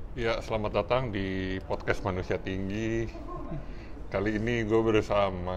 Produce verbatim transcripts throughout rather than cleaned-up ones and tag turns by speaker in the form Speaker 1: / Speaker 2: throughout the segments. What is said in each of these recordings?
Speaker 1: Ya, selamat datang di podcast Manusia Tinggi. Kali ini gue bersama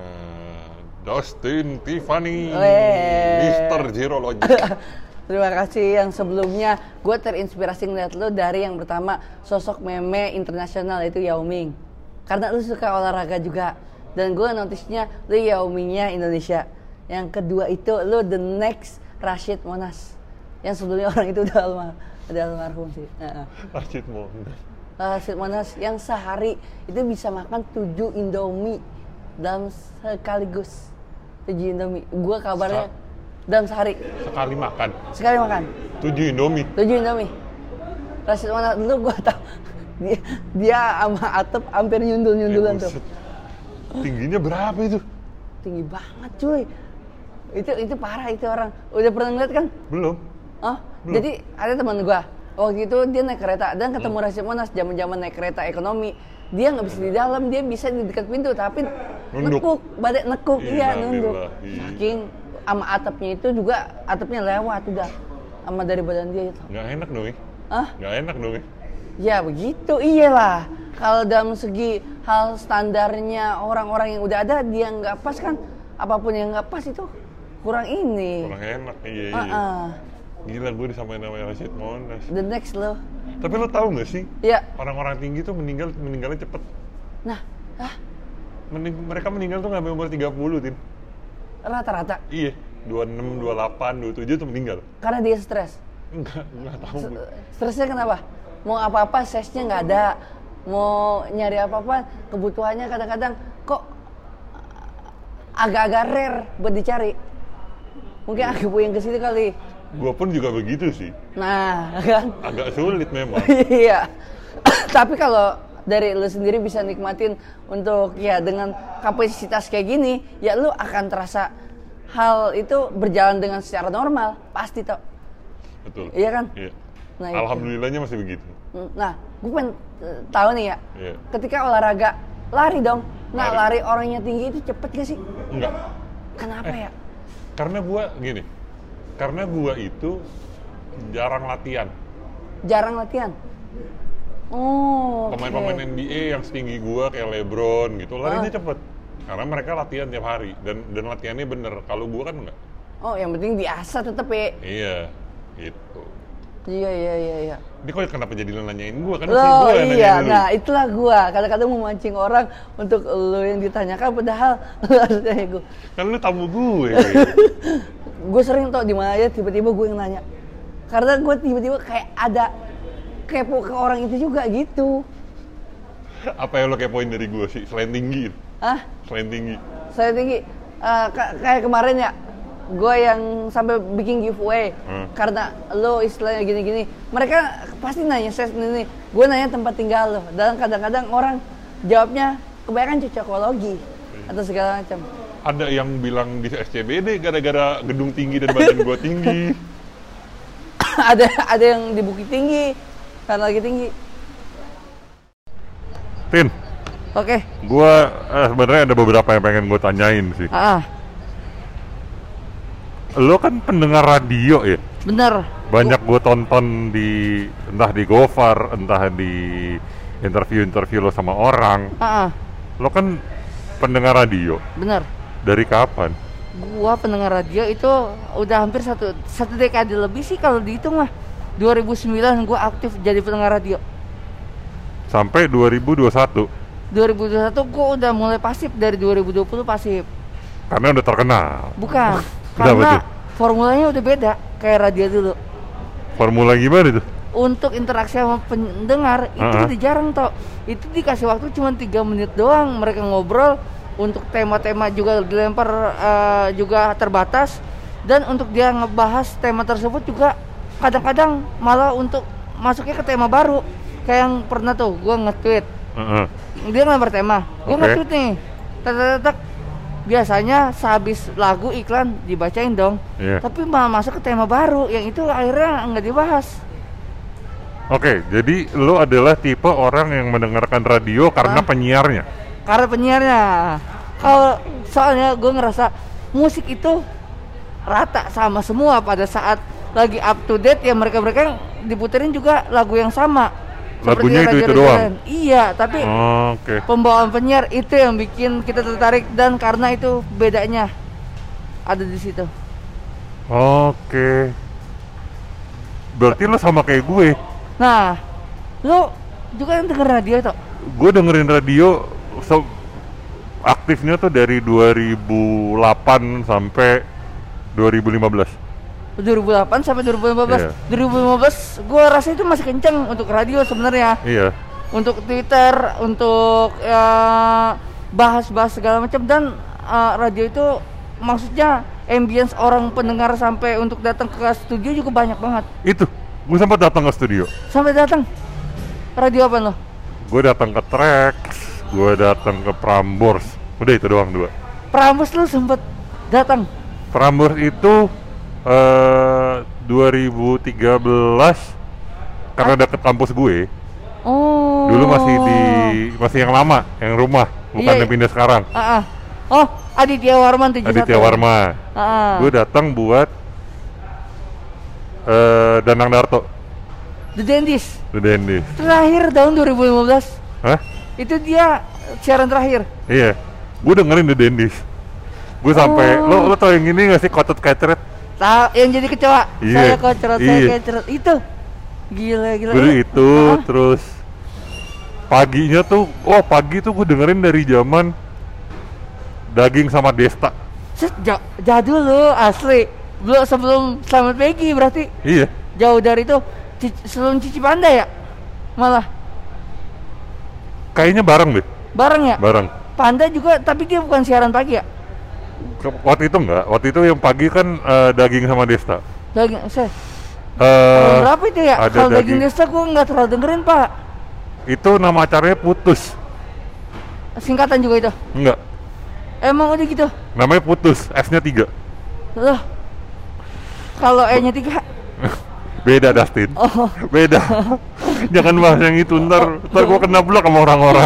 Speaker 1: Dustin Tiffany,
Speaker 2: Weh.
Speaker 1: Mister Zerologic.
Speaker 2: Terima kasih yang sebelumnya gue terinspirasi ngeliat lo dari yang pertama sosok meme internasional itu Yao Ming. Karena lo suka olahraga juga. Dan gue notisnya lo Yao Mingnya Indonesia. Yang kedua itu lo the next Rashid Monas. Yang sebelumnya orang itu udah almar, udah almarhum sih. Uh-uh.
Speaker 1: Rashid Monas.
Speaker 2: Rashid Monas yang sehari itu bisa makan tujuh Indomie dalam sekaligus. tujuh Indomie. Gue kabarnya
Speaker 1: Sa-
Speaker 2: dalam sehari.
Speaker 1: Sekali makan.
Speaker 2: Sekali makan.
Speaker 1: Tujuh Indomie.
Speaker 2: tujuh Indomie. Rashid Monas dulu gue tau dia, dia sama Atep hampir nyundul-nyundulan
Speaker 1: Eh,
Speaker 2: tuh.
Speaker 1: buset. Tingginya berapa itu?
Speaker 2: Tinggi banget cuy. Itu itu parah itu orang. Udah pernah ngeliat kan?
Speaker 1: Belum.
Speaker 2: Oh,
Speaker 1: Belum.
Speaker 2: jadi ada teman gue. Waktu itu dia naik kereta dan ketemu hmm. Rashid Monas zaman-zaman naik kereta ekonomi. Dia nggak bisa di dalam, dia bisa di dekat pintu tapi
Speaker 1: Nunduk.
Speaker 2: nekuk, badai nekuk, iya nunduk.
Speaker 1: Innalillahi.
Speaker 2: Saking sama atapnya itu juga atapnya lewat udah sama dari badan dia itu.
Speaker 1: Nggak enak dong ya?
Speaker 2: Hah?
Speaker 1: Nggak enak dong ya?
Speaker 2: Ya begitu, iyalah. Kalau dalam segi hal standarnya orang-orang yang udah ada dia nggak pas kan, apapun yang nggak pas itu kurang ini.
Speaker 1: Kurang enak, iya iya.
Speaker 2: Uh-uh.
Speaker 1: Gila, gue disamain namanya Rashid Monas.
Speaker 2: The next lo.
Speaker 1: Tapi lo tahu nggak sih?
Speaker 2: Ya.
Speaker 1: Orang-orang tinggi tuh meninggal meninggalnya cepet.
Speaker 2: Nah, ah,
Speaker 1: Mening- mereka meninggal tuh nggak sampai umur tiga puluh, Tin.
Speaker 2: rata-rata
Speaker 1: Iya, dua puluh enam, dua puluh delapan, dua puluh tujuh tuh meninggal.
Speaker 2: karena dia stres.
Speaker 1: Enggak, enggak tahu
Speaker 2: S-
Speaker 1: gue.
Speaker 2: Stresnya kenapa? Mau apa-apa sesnya nggak ada. Mau nyari apa-apa kebutuhannya kadang-kadang kok agak-agak rare buat dicari. Mungkin agak puyeng ke situ kali.
Speaker 1: Gue pun juga begitu sih.
Speaker 2: Nah, kan?
Speaker 1: Agak sulit memang.
Speaker 2: Iya. Tapi kalau dari lu sendiri bisa nikmatin untuk ya dengan kapasitas kayak gini, ya lu akan terasa hal itu berjalan dengan secara normal, pasti tau.
Speaker 1: Betul.
Speaker 2: Iya kan?
Speaker 1: Iya.
Speaker 2: Nah, itu.
Speaker 1: Alhamdulillahnya masih begitu.
Speaker 2: Nah, gue pengen uh, tahu nih ya.
Speaker 1: Iya.
Speaker 2: Ketika olahraga, lari dong. Nah,
Speaker 1: Lari.
Speaker 2: lari, orangnya tinggi itu cepet gak sih?
Speaker 1: Enggak.
Speaker 2: Kenapa
Speaker 1: Eh.
Speaker 2: ya?
Speaker 1: Karena gue gini. Karena gue itu jarang latihan.
Speaker 2: Jarang latihan. Oh, oke.
Speaker 1: Pemain-pemain N B A yang setinggi gue kayak LeBron gitu, larinya
Speaker 2: Ah.
Speaker 1: cepet. Karena mereka latihan tiap hari dan dan latihannya bener. Kalau gue kan enggak.
Speaker 2: Oh, yang penting biasa tetep ya.
Speaker 1: Iya, gitu.
Speaker 2: Iya, iya, iya, iya.
Speaker 1: Ini kok kenapa jadi lo nanyain gue? Kan
Speaker 2: Loh,
Speaker 1: mesti gue yang
Speaker 2: iya,
Speaker 1: nanyain lu.
Speaker 2: nah itulah gua. Kadang-kadang memancing orang untuk lo yang ditanyakan padahal lo harus nanya gua.
Speaker 1: Kan lu tamu gue.
Speaker 2: Gue sering tau di mana aja tiba-tiba gue yang nanya. Karena gue tiba-tiba kayak ada kepo ke orang itu juga gitu.
Speaker 1: Apa yang lo kepoin dari gue sih? Selain tinggi.
Speaker 2: Hah?
Speaker 1: Selain tinggi.
Speaker 2: Saya tinggi. Eh, ka- kayak kemarin ya, gue yang sampai bikin giveaway
Speaker 1: Hmm.
Speaker 2: karena lo istilahnya gini-gini. Mereka pasti nanya saya ini, gue nanya tempat tinggal lo. Dan kadang-kadang orang jawabnya kebanyakan cocokologi atau segala macam.
Speaker 1: Ada yang bilang di S C B D gara-gara gedung tinggi dan badan gue tinggi.
Speaker 2: ada ada yang di Bukit Tinggi karena lagi tinggi.
Speaker 1: Tin,
Speaker 2: Oke.
Speaker 1: gue eh, sebenarnya ada beberapa yang pengen gue tanyain sih.
Speaker 2: Ah,
Speaker 1: Lo kan pendengar radio ya?
Speaker 2: bener.
Speaker 1: Banyak gue tonton di entah di Gofar, entah di interview-interview lo sama orang.
Speaker 2: Ah, ah,
Speaker 1: Lo kan pendengar radio.
Speaker 2: bener.
Speaker 1: Dari kapan?
Speaker 2: Gua pendengar radio itu udah hampir satu satu dekade lebih sih kalau dihitung mah. dua ribu sembilan gua aktif jadi pendengar radio.
Speaker 1: Sampai dua ribu dua puluh satu.
Speaker 2: dua ribu dua puluh satu gua udah mulai pasif, dari dua ribu dua puluh pasif.
Speaker 1: Karena udah terkenal.
Speaker 2: Bukan.
Speaker 1: Kenapa
Speaker 2: Karena
Speaker 1: tuh?
Speaker 2: formulanya udah beda kayak radio dulu.
Speaker 1: Formula gimana tuh?
Speaker 2: Untuk interaksi sama pendengar itu
Speaker 1: Uh-huh.
Speaker 2: udah jarang toh. Itu dikasih waktu cuma tiga menit doang, mereka ngobrol. Untuk tema-tema juga dilempar uh, juga terbatas. Dan untuk dia ngebahas tema tersebut juga kadang-kadang malah untuk masuknya ke tema baru. Kayak yang pernah tuh gua nge-tweet.
Speaker 1: Uh-uh.
Speaker 2: Dia ngelempar tema, gua
Speaker 1: Oke.
Speaker 2: nge-tweet nih. Tak-tak-tak. Biasanya sehabis lagu iklan dibacain dong.
Speaker 1: Iya.
Speaker 2: Tapi malah masuk ke tema baru yang itu akhirnya nggak dibahas.
Speaker 1: Oke, jadi lo adalah tipe orang yang mendengarkan radio karena
Speaker 2: Hah?
Speaker 1: penyiarnya.
Speaker 2: Karena penyiarnya. Kalau soalnya gue ngerasa musik itu rata sama semua pada saat lagi up to date ya, mereka-mereka yang diputerin juga lagu yang sama.
Speaker 1: Lagunya
Speaker 2: seperti
Speaker 1: itu-itu
Speaker 2: radio-radio
Speaker 1: doang?
Speaker 2: lain. Iya, tapi
Speaker 1: Oh, oke.
Speaker 2: pembawaan penyiar itu yang bikin kita tertarik, dan karena itu bedanya ada di situ.
Speaker 1: Oke. Berarti lo sama kayak gue.
Speaker 2: Nah, lo juga yang denger radio tuh?
Speaker 1: Gue dengerin radio so, aktifnya tuh dari dua ribu delapan sampai dua ribu lima belas.
Speaker 2: dua ribu delapan sampai dua ribu lima belas.
Speaker 1: Iya.
Speaker 2: dua ribu lima belas gue rasa itu masih kenceng untuk radio sebenarnya.
Speaker 1: Iya.
Speaker 2: Untuk Twitter, untuk ya, bahas-bahas segala macam, dan uh, radio itu maksudnya ambience orang pendengar sampai untuk datang ke studio juga banyak banget.
Speaker 1: Itu, gue sempat datang ke studio.
Speaker 2: Sampai datang. Radio apa lo?
Speaker 1: Gue datang ke Trax, gue datang ke Prambors. Udah itu doang dua.
Speaker 2: Prambors lo sempet datang?
Speaker 1: Prambors itu uh, dua ribu tiga belas karena deket kampus gue.
Speaker 2: Oh.
Speaker 1: Dulu masih di masih yang lama, yang rumah, bukan
Speaker 2: Iya,
Speaker 1: yang pindah sekarang.
Speaker 2: Uh-uh. Oh, Aditya Warman tujuh puluh satu.
Speaker 1: Aditya Warma.
Speaker 2: Uh-uh.
Speaker 1: Gue datang buat uh, Danang Darto,
Speaker 2: The Dentist.
Speaker 1: The Dentist.
Speaker 2: Terakhir tahun dua ribu lima belas.
Speaker 1: Hah?
Speaker 2: Itu dia siaran terakhir.
Speaker 1: Iya. Gue dengerin The Dentist. Gue sampai
Speaker 2: Oh.
Speaker 1: lo lo tau yang ini gak sih, Kotot Kecret?
Speaker 2: Tahu yang jadi kecoa.
Speaker 1: Iya.
Speaker 2: Saya kocrot, saya
Speaker 1: Iya.
Speaker 2: kocrot. Itu. Gila, gila.
Speaker 1: Gue
Speaker 2: Lu-
Speaker 1: itu
Speaker 2: Ah,
Speaker 1: terus paginya tuh, oh pagi tuh gue dengerin dari zaman Daging sama Desta.
Speaker 2: set, ja- jadul lu asli. Belum sebelum Selamat Pagi berarti.
Speaker 1: Iya.
Speaker 2: Jauh dari itu. Cici, sebelum Cici Panda ya? Malah
Speaker 1: Kayaknya bareng deh,
Speaker 2: bareng ya?
Speaker 1: bareng.
Speaker 2: Panda juga, tapi dia bukan siaran pagi ya?
Speaker 1: Ke- Waktu itu enggak, waktu itu yang pagi kan eh, Daging sama Desta.
Speaker 2: Daging, saya.
Speaker 1: Eh,
Speaker 2: Berapa itu ya?
Speaker 1: ada
Speaker 2: Kalau Daging
Speaker 1: Daging.
Speaker 2: Desta gue nggak terlalu dengerin, Pak.
Speaker 1: Itu nama acaranya Putus.
Speaker 2: Singkatan juga itu.
Speaker 1: Enggak,
Speaker 2: Emang udah gitu?
Speaker 1: namanya Putus, S-nya tiga.
Speaker 2: Loh. Kalau E-nya tiga.
Speaker 1: Beda Dustin,
Speaker 2: Oh.
Speaker 1: beda. Jangan bahas yang itu, ntar, ntar gue kena blok sama orang-orang.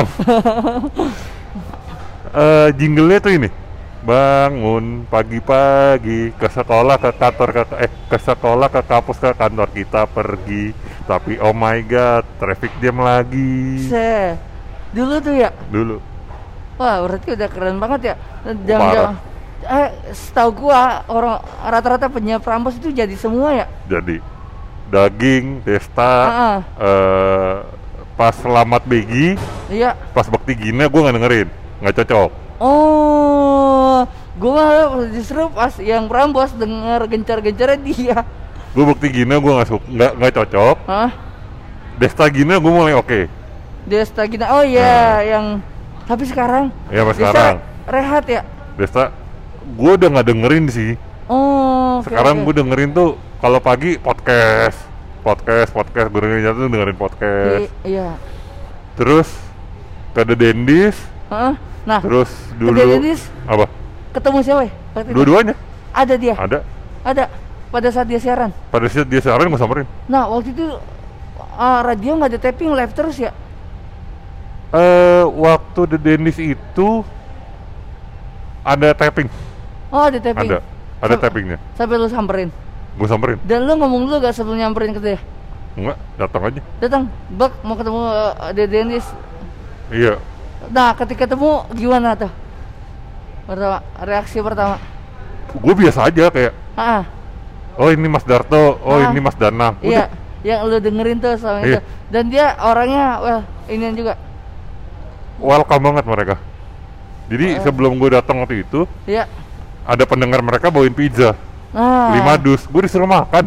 Speaker 1: Eh, jinglenya tuh ini, bangun pagi-pagi ke sekolah, ke kantor, ke eh ke sekolah, ke kampus, ke kantor, kita pergi, tapi oh my god, traffic jam lagi.
Speaker 2: Se. Dulu tuh ya.
Speaker 1: Dulu
Speaker 2: Wah, berarti udah keren banget ya. Jam
Speaker 1: Parah.
Speaker 2: jam. Eh, setahu gua orang rata-rata penyiar Prambors itu jadi semua ya.
Speaker 1: jadi Daging, Desta,
Speaker 2: Ah,
Speaker 1: eh, pas Selamat Begi,
Speaker 2: iya.
Speaker 1: pas Bakti Gina gue nggak dengerin, nggak cocok.
Speaker 2: Oh, gua justru pas yang Prambors denger gencar-gencarnya dia.
Speaker 1: Gue Bakti Gina gue nggak suka, nggak nggak cocok.
Speaker 2: Hah?
Speaker 1: Desta Gina gue mulai oke.
Speaker 2: Desta Gina. Oh iya, yang tapi sekarang
Speaker 1: Ya mas
Speaker 2: Desta
Speaker 1: sekarang
Speaker 2: rehat ya.
Speaker 1: Desta gue udah nggak dengerin sih.
Speaker 2: Oh, oke,
Speaker 1: Sekarang
Speaker 2: oke.
Speaker 1: gue dengerin tuh kalau pagi podcast, podcast, podcast. Gue dengerin jatuh dengerin podcast.
Speaker 2: I- iya.
Speaker 1: Terus ke The Dentist.
Speaker 2: Heeh. Nah,
Speaker 1: Terus
Speaker 2: ke
Speaker 1: dulu
Speaker 2: The Dentist
Speaker 1: apa?
Speaker 2: ketemu siapa ya? Waktu itu?
Speaker 1: Dua-duanya
Speaker 2: Ada dia.
Speaker 1: ada.
Speaker 2: Ada pada saat dia siaran.
Speaker 1: Pada saat dia siaran gue samperin.
Speaker 2: Nah, waktu itu uh, radio nggak ada tapping, live terus ya?
Speaker 1: Eh, waktu The Dentist itu ada tapping,
Speaker 2: Oh, ada tapping.
Speaker 1: ada, ada
Speaker 2: Sam-
Speaker 1: tappingnya.
Speaker 2: Sampai lu samperin.
Speaker 1: Gue samperin,
Speaker 2: Dan lu ngomong dulu gak sebelum nyamperin ke dia?
Speaker 1: enggak, datang aja.
Speaker 2: Datang, Bak mau ketemu uh, The Dentist.
Speaker 1: Iya,
Speaker 2: Nah, ketika ketemu gimana tuh? Pertama, reaksi pertama.
Speaker 1: gue biasa aja kayak,
Speaker 2: Ah,
Speaker 1: oh ini Mas Darto, oh
Speaker 2: Ah.
Speaker 1: ini Mas Danang.
Speaker 2: iya,
Speaker 1: Udah.
Speaker 2: yang lu dengerin tuh sama
Speaker 1: Iya.
Speaker 2: itu. Dan dia orangnya, well, inian juga.
Speaker 1: Welcome banget mereka. Jadi
Speaker 2: Ah.
Speaker 1: sebelum gue datang waktu itu,
Speaker 2: Iya.
Speaker 1: ada pendengar mereka bawain pizza,
Speaker 2: Nah,
Speaker 1: lima dus, gue disuruh makan.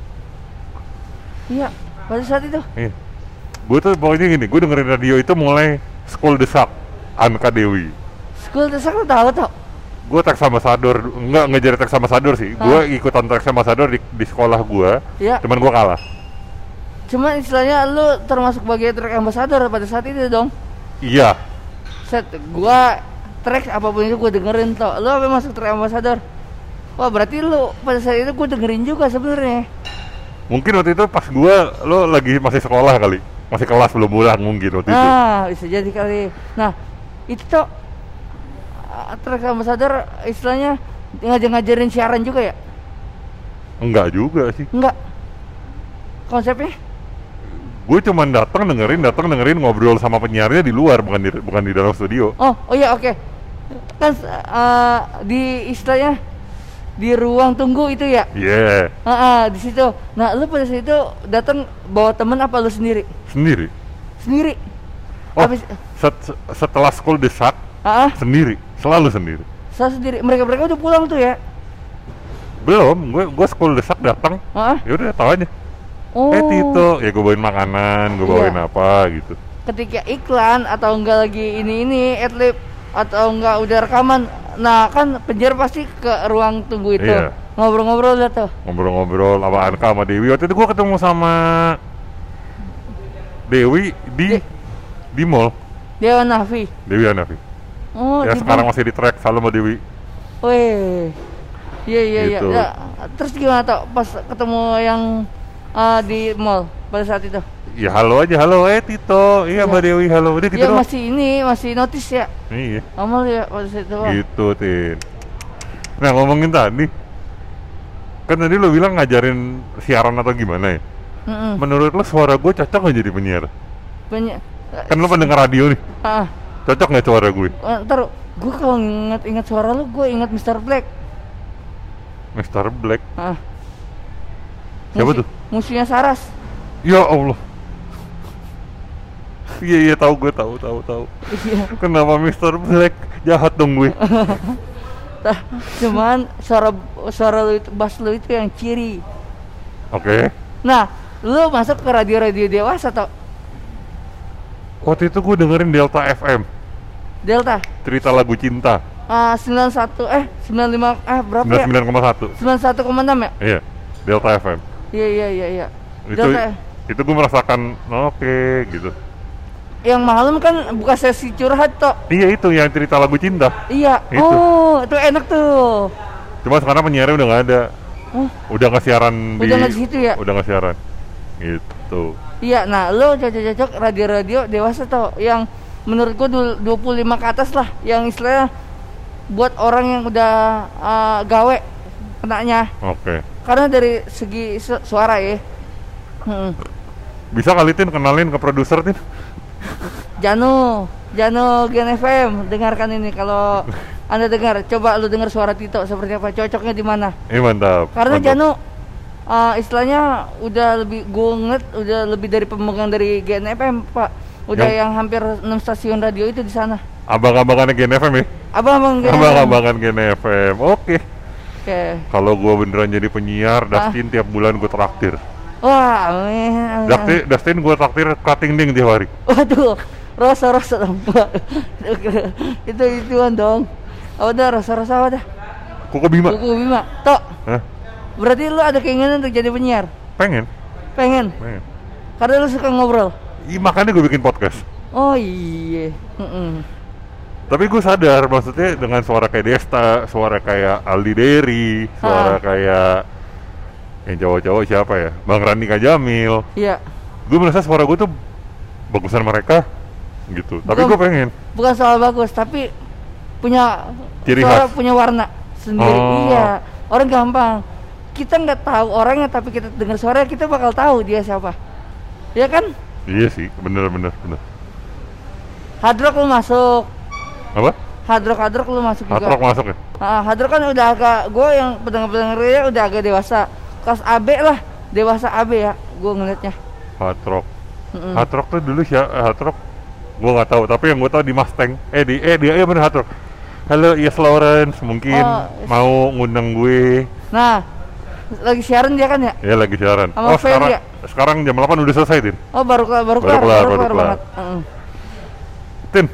Speaker 2: Iya, pada saat itu.
Speaker 1: Iya. Gue tuh pokoknya gini, gue dengerin radio itu mulai School Desak, Anka Dewi.
Speaker 2: School Desak lu tahu tau?
Speaker 1: Gue tax ambassador, enggak ngejar tax ambassador sih.
Speaker 2: Ah.
Speaker 1: Gue ikutan tax ambassador di, di sekolah gue,
Speaker 2: Iya.
Speaker 1: cuman gue kalah.
Speaker 2: Cuma istilahnya lu termasuk bagian track ambassador pada saat itu dong.
Speaker 1: Iya,
Speaker 2: Set, gua track apapun itu gua dengerin tau. Lu apa masuk track ambassador? Wah, berarti lu pada saat itu gua dengerin juga sebenarnya.
Speaker 1: mungkin waktu itu pas gue, lo lagi masih sekolah kali, masih kelas belum pulang mungkin waktu itu.
Speaker 2: Nah, bisa jadi kali. Nah, itu tuh uh, track ambassador istilahnya ngajar-ngajarin siaran juga ya?
Speaker 1: Enggak juga sih.
Speaker 2: Enggak. Konsepnya?
Speaker 1: Gue cuman datang dengerin, datang dengerin ngobrol sama penyiarnya di luar, bukan di bukan di dalam studio.
Speaker 2: Oh, oh iya oke. Kan uh, di istilahnya di ruang tunggu itu ya?
Speaker 1: Iya.
Speaker 2: Yeah. Uh, di situ. Nah, lu pada saat itu datang bawa temen apa lu sendiri?
Speaker 1: Sendiri.
Speaker 2: Sendiri.
Speaker 1: Oh,
Speaker 2: Habis,
Speaker 1: set, setelah school desak,
Speaker 2: uh,
Speaker 1: sendiri, selalu sendiri.
Speaker 2: Saya sendiri. Mereka mereka udah pulang tuh ya?
Speaker 1: Belum, gue gue school desak datang.
Speaker 2: Uh?
Speaker 1: Ya udah tahu aja.
Speaker 2: Oh.
Speaker 1: Eh Tito, ya gue bawain makanan, gue bawain
Speaker 2: Iya.
Speaker 1: apa gitu.
Speaker 2: Ketika iklan atau enggak lagi ini ini adlib atau enggak udah rekaman, nah kan penyiar pasti ke ruang tunggu itu.
Speaker 1: Iya.
Speaker 2: Ngobrol-ngobrol lah tuh.
Speaker 1: Ngobrol-ngobrol apa Anka sama Dewi. Waktu itu gue ketemu sama Dewi di
Speaker 2: Di-
Speaker 1: di mall.
Speaker 2: Dewa Nafi.
Speaker 1: Dewi Hanafi.
Speaker 2: Oh,
Speaker 1: Ya
Speaker 2: di
Speaker 1: sekarang
Speaker 2: mall.
Speaker 1: masih di track selalu sama Dewi.
Speaker 2: Weh. Iya iya iya.
Speaker 1: Gitu.
Speaker 2: Ya, terus gimana tuh pas ketemu yang uh, di mall pada saat itu?
Speaker 1: Ya halo aja, halo eh Tito. Iya
Speaker 2: Iya.
Speaker 1: Mbak Dewi, halo. Udah gitu
Speaker 2: Dia
Speaker 1: doang.
Speaker 2: masih ini, masih notice ya.
Speaker 1: Iya.
Speaker 2: Amal ya pada saat itu. Bang.
Speaker 1: Gitu, Tin. Nah, ngomongin tadi. Kan tadi lo bilang ngajarin siaran atau gimana ya?
Speaker 2: Mm-mm.
Speaker 1: Menurut lo suara gue cocok nggak jadi penyiar?
Speaker 2: Banyak.
Speaker 1: Kan lo pendengar radio nih.
Speaker 2: Ah,
Speaker 1: Cocok nggak suara gue?
Speaker 2: ah, ntar gue kalau ingat-ingat suara lu, gue ingat mister Black.
Speaker 1: mister Black.
Speaker 2: Ah.
Speaker 1: Siapa
Speaker 2: Musi-
Speaker 1: tuh?
Speaker 2: Musuhnya Saras.
Speaker 1: Ya Allah. Iya iya tahu gue tahu tahu tahu.
Speaker 2: Iya.
Speaker 1: Kenapa mister Black? Jahat dong gue.
Speaker 2: Tah, cuman suara suara lu itu, bass lu itu yang ciri.
Speaker 1: Oke.
Speaker 2: Nah, lu masuk ke radio-radio dewasa toh?
Speaker 1: Waktu itu gue dengerin Delta F M,
Speaker 2: Delta.
Speaker 1: cerita lagu cinta.
Speaker 2: Ah, sembilan puluh satu eh sembilan puluh lima eh berapa
Speaker 1: sembilan puluh
Speaker 2: ya?
Speaker 1: sembilan koma satu.
Speaker 2: sembilan puluh satu koma enam ya?
Speaker 1: Iya, Delta F M.
Speaker 2: Iya iya iya iya.
Speaker 1: Itu
Speaker 2: Delta.
Speaker 1: itu gue merasakan oke gitu.
Speaker 2: Yang malam kan buka sesi curhat toh.
Speaker 1: Iya itu yang cerita lagu cinta.
Speaker 2: Iya.
Speaker 1: Itu.
Speaker 2: Oh, itu enak tuh.
Speaker 1: Cuma sekarang penyiarnya udah nggak ada.
Speaker 2: Oh,
Speaker 1: Udah nggak siaran di.
Speaker 2: Udah nggak di situ ya?
Speaker 1: Udah nggak siaran. Gitu.
Speaker 2: iya, nah lo cocok-cocok radio-radio dewasa toh yang menurut gua du- dua puluh lima ke atas lah, yang istilahnya buat orang yang udah uh, gawe kenanya.
Speaker 1: Oke.
Speaker 2: Karena dari segi su- suara ya. Hmm.
Speaker 1: Bisa kali Tin kenalin ke produser Tin?
Speaker 2: Jano, Jano Gen F M, dengarkan ini kalau Anda dengar, coba lu dengar suara Tito seperti apa, cocoknya di mana?
Speaker 1: Eh mantap.
Speaker 2: Karena
Speaker 1: mantap.
Speaker 2: Jano uh, istilahnya udah lebih gue ngeliat udah lebih dari pemegang dari Gen F M, Pak. Udah
Speaker 1: Yang-
Speaker 2: yang, hampir enam stasiun radio itu di sana.
Speaker 1: Abang-abangannya Gen F M ya?
Speaker 2: Abang-abang Gen F M.
Speaker 1: Abang-abangan Gen F M. Oke.
Speaker 2: Oke.
Speaker 1: Kalau gua beneran jadi penyiar,
Speaker 2: Ah.
Speaker 1: Dustin tiap bulan gua traktir.
Speaker 2: Wah, amin.
Speaker 1: Dustin, Dustin gua traktir cutting ding tiap hari.
Speaker 2: Waduh, rasa-rasa dong. itu ituan dong. Apa dah rasa-rasa apa dah?
Speaker 1: Koko Bima.
Speaker 2: Kuku Bima. Tok.
Speaker 1: Hah?
Speaker 2: Berarti lu ada keinginan untuk jadi penyiar?
Speaker 1: Pengen.
Speaker 2: Pengen.
Speaker 1: Pengen.
Speaker 2: Karena lu suka ngobrol.
Speaker 1: Ih, makanya gue bikin podcast.
Speaker 2: Oh iya. Mm-mm.
Speaker 1: Tapi gue sadar, maksudnya dengan suara kayak Desta, suara kayak Aldi Dery, suara
Speaker 2: Ah.
Speaker 1: kayak yang cowok-cowok siapa ya? Bang Randika Jamil.
Speaker 2: Iya.
Speaker 1: Gue merasa suara gue tuh bagusan mereka gitu. Tapi
Speaker 2: Bukan-
Speaker 1: gue pengen.
Speaker 2: Bukan soal bagus, tapi punya
Speaker 1: Ciri
Speaker 2: suara,
Speaker 1: khas.
Speaker 2: punya warna sendiri.
Speaker 1: Oh.
Speaker 2: Iya. Orang gampang. Kita nggak tahu orangnya, tapi kita dengar suara kita bakal tahu dia siapa. Ya kan?
Speaker 1: Iya sih, bener bener bener.
Speaker 2: Hard rock lu masuk.
Speaker 1: Apa?
Speaker 2: Hard rock hard rock lu masuk
Speaker 1: Hard
Speaker 2: juga.
Speaker 1: rock masuk ya?
Speaker 2: Ah, hard rock kan udah agak, gue yang pendengar-pendengarnya udah agak dewasa. Kelas A B lah, dewasa A B ya, gue ngelihatnya.
Speaker 1: Hard rock.
Speaker 2: Mm-mm.
Speaker 1: Hard rock tuh dulu sih hard rock. Gue nggak tahu, tapi yang gue tahu di Mustang. Eh di eh dia iya bener hard rock. Halo, Yes Lawrence, mungkin
Speaker 2: Oh,
Speaker 1: mau ngundang gue.
Speaker 2: Nah, lagi siaran dia kan ya?
Speaker 1: Ya lagi siaran.
Speaker 2: Sama
Speaker 1: Oh sekarang
Speaker 2: Ferry ya?
Speaker 1: sekarang jam delapan udah selesai Tin.
Speaker 2: Oh baru kelar, baru
Speaker 1: Baru
Speaker 2: kelar,
Speaker 1: kelar,
Speaker 2: baru
Speaker 1: baru
Speaker 2: kelar
Speaker 1: kelar.
Speaker 2: banget. Mm-mm.
Speaker 1: Tin,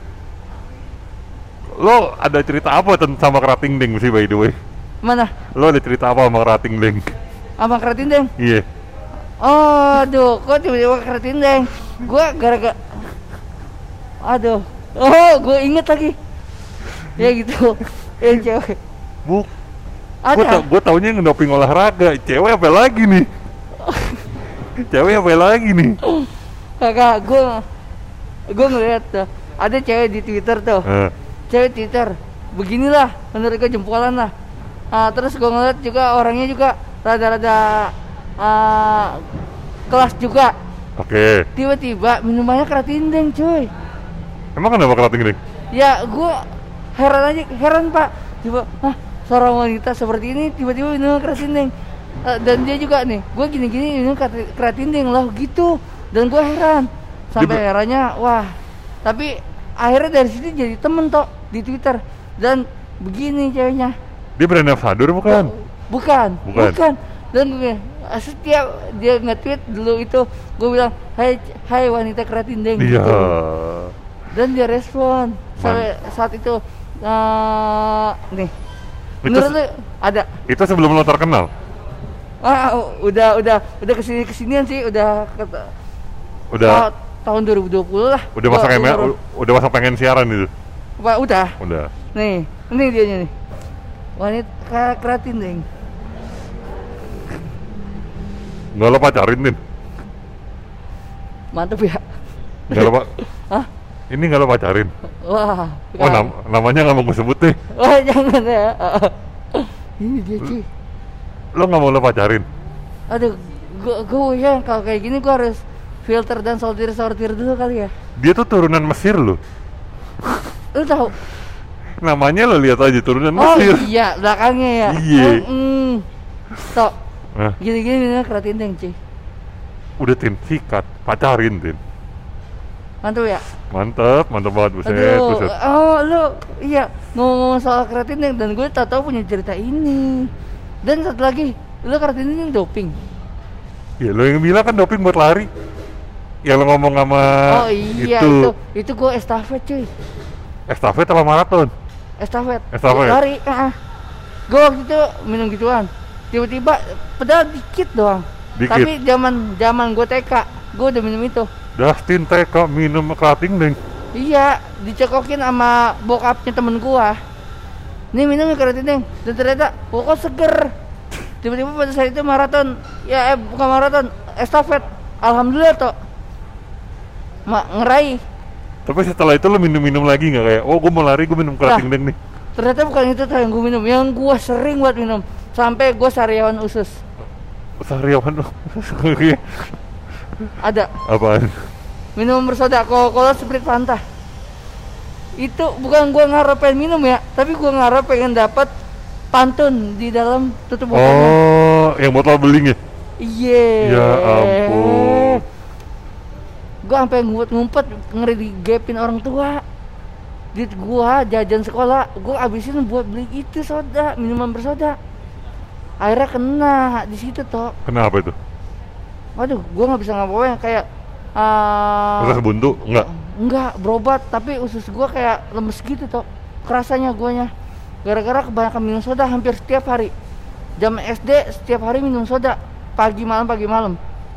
Speaker 1: lo ada cerita apa tentang sama Kerating Ding sih by the way?
Speaker 2: Mana?
Speaker 1: Lo ada cerita apa sama Kerating Ding?
Speaker 2: Sama Keratin Deng?
Speaker 1: Iya.
Speaker 2: Oh, aduh, kok tiba-tiba Keratin Deng? Gua gara-gara, aduh, oh, gue inget lagi. Ya gitu, yang cewek.
Speaker 1: Buk. Gue
Speaker 2: Ada.
Speaker 1: tau, gue taunya yang doping olahraga. Cewek apa lagi nih? Cewek apa lagi nih?
Speaker 2: Kakak, gue, gue ngeliat tuh, ada cewek di Twitter tuh.
Speaker 1: Eh,
Speaker 2: Cewek Twitter, beginilah menurut gue jempolan lah. Ah, terus gue ngeliat juga orangnya juga rada-rada ah, kelas juga.
Speaker 1: Oke.
Speaker 2: Tiba-tiba minumannya keratindeng cuy.
Speaker 1: Emang kenapa kerating gini?
Speaker 2: Ya gue heran aja, heran pak. Coba, ah seorang wanita seperti ini tiba-tiba minum keratindeng. Uh, dan dia juga nih, gue gini-gini minum keratindeng loh gitu. Dan gue heran. Sampai
Speaker 1: Dia...
Speaker 2: herannya, wah. Tapi akhirnya dari situ jadi temen toh di Twitter. Dan begini ceweknya.
Speaker 1: Dia brand ambassador bukan?
Speaker 2: Oh, bukan,
Speaker 1: bukan,
Speaker 2: bukan. Dan gue setiap dia nge-tweet dulu itu, gue bilang, hai, hai wanita keratindeng.
Speaker 1: Iya.
Speaker 2: Gitu. Dan dia respon sampai saat itu uh, nih menurut lu ada
Speaker 1: itu sebelum lo terkenal?
Speaker 2: Ah udah udah udah kesini kesinian sih udah kata,
Speaker 1: udah
Speaker 2: oh, tahun dua ribu dua puluh lah
Speaker 1: udah masa kayak udah masa pengen siaran itu?
Speaker 2: Wah, udah
Speaker 1: udah
Speaker 2: nih ini dia nih wanita keratindeng.
Speaker 1: Nggak lo pacarin Din?
Speaker 2: Mantep ya.
Speaker 1: Nggak lo pak?
Speaker 2: Hah?
Speaker 1: Ini nggak lo pacarin?
Speaker 2: Wah.
Speaker 1: Oh nam namanya nggak mau gue sebut deh.
Speaker 2: Wah jangan ya. Ini dia cuy.
Speaker 1: Lo nggak mau lo pacarin?
Speaker 2: Aduh, gue gue ya kalau kayak gini gue harus filter dan sortir sortir dulu kali ya.
Speaker 1: Dia tuh turunan Mesir lo.
Speaker 2: Lo tahu?
Speaker 1: Namanya lo lihat aja turunan
Speaker 2: oh,
Speaker 1: Mesir.
Speaker 2: Oh iya belakangnya ya.
Speaker 1: Iya.
Speaker 2: Oh, mm. Tok.
Speaker 1: Nah.
Speaker 2: Gini-gini nih keratindeng cuy.
Speaker 1: Udah Tin, sikat, pacarin Tin.
Speaker 2: Mantap ya?
Speaker 1: Mantep, mantep banget buset,
Speaker 2: Aduh,
Speaker 1: buset.
Speaker 2: oh lu, iya ngomong soal keratindeng dan gue tak tahu punya cerita ini. Dan satu lagi, lu keratindeng doping.
Speaker 1: Ya lo yang bilang kan doping buat lari. Ya lo ngomong sama
Speaker 2: oh iya
Speaker 1: itu.
Speaker 2: itu, itu gue estafet cuy.
Speaker 1: Estafet atau maraton?
Speaker 2: Estafet.
Speaker 1: Estafet.
Speaker 2: Lari, ah. Gue waktu itu minum gituan. Tiba-tiba pedal dikit doang.
Speaker 1: Dikit.
Speaker 2: Tapi zaman zaman gue T K, gue udah minum itu.
Speaker 1: Dustin T K minum keratindeng.
Speaker 2: Iya, dicekokin sama bokapnya temen gua. Nih minum keratindeng. Dan ternyata pokok seger. Tiba-tiba pada saat itu maraton. Ya eh bukan maraton, estafet. Alhamdulillah toh. Mak ngeraih.
Speaker 1: Tapi setelah itu lo minum-minum lagi nggak kayak, oh gue mau lari gue minum keratindeng nah, nih.
Speaker 2: Ternyata bukan itu tuh yang gue minum. Yang gua sering buat minum. Sampai gua sariawan usus.
Speaker 1: Sariawan
Speaker 2: ada
Speaker 1: apaan?
Speaker 2: Minum bersoda, Coca-Cola, Sprite, Fanta. Itu bukan gua ngarep pengen minum ya, tapi gua ngarep pengen dapat pantun di dalam tutup botolnya.
Speaker 1: Oh, yang botol beling ya?
Speaker 2: Iya.
Speaker 1: Ya ampun.
Speaker 2: Gua sampai ngumpet-ngumpet ngeri digepin orang tua. Duit gua jajan sekolah, gua abisin buat beli itu soda, minuman bersoda. Akhirnya kena di situ toh.
Speaker 1: Kenapa itu?
Speaker 2: Waduh, gua nggak bisa ngapain kayak uh,
Speaker 1: usus buntu? Enggak?
Speaker 2: Enggak, berobat, tapi usus gua kayak lemes gitu toh. Kerasanya guanya. Gara-gara kebanyakan minum soda hampir setiap hari. Jam S D setiap hari minum soda, pagi malam pagi malam.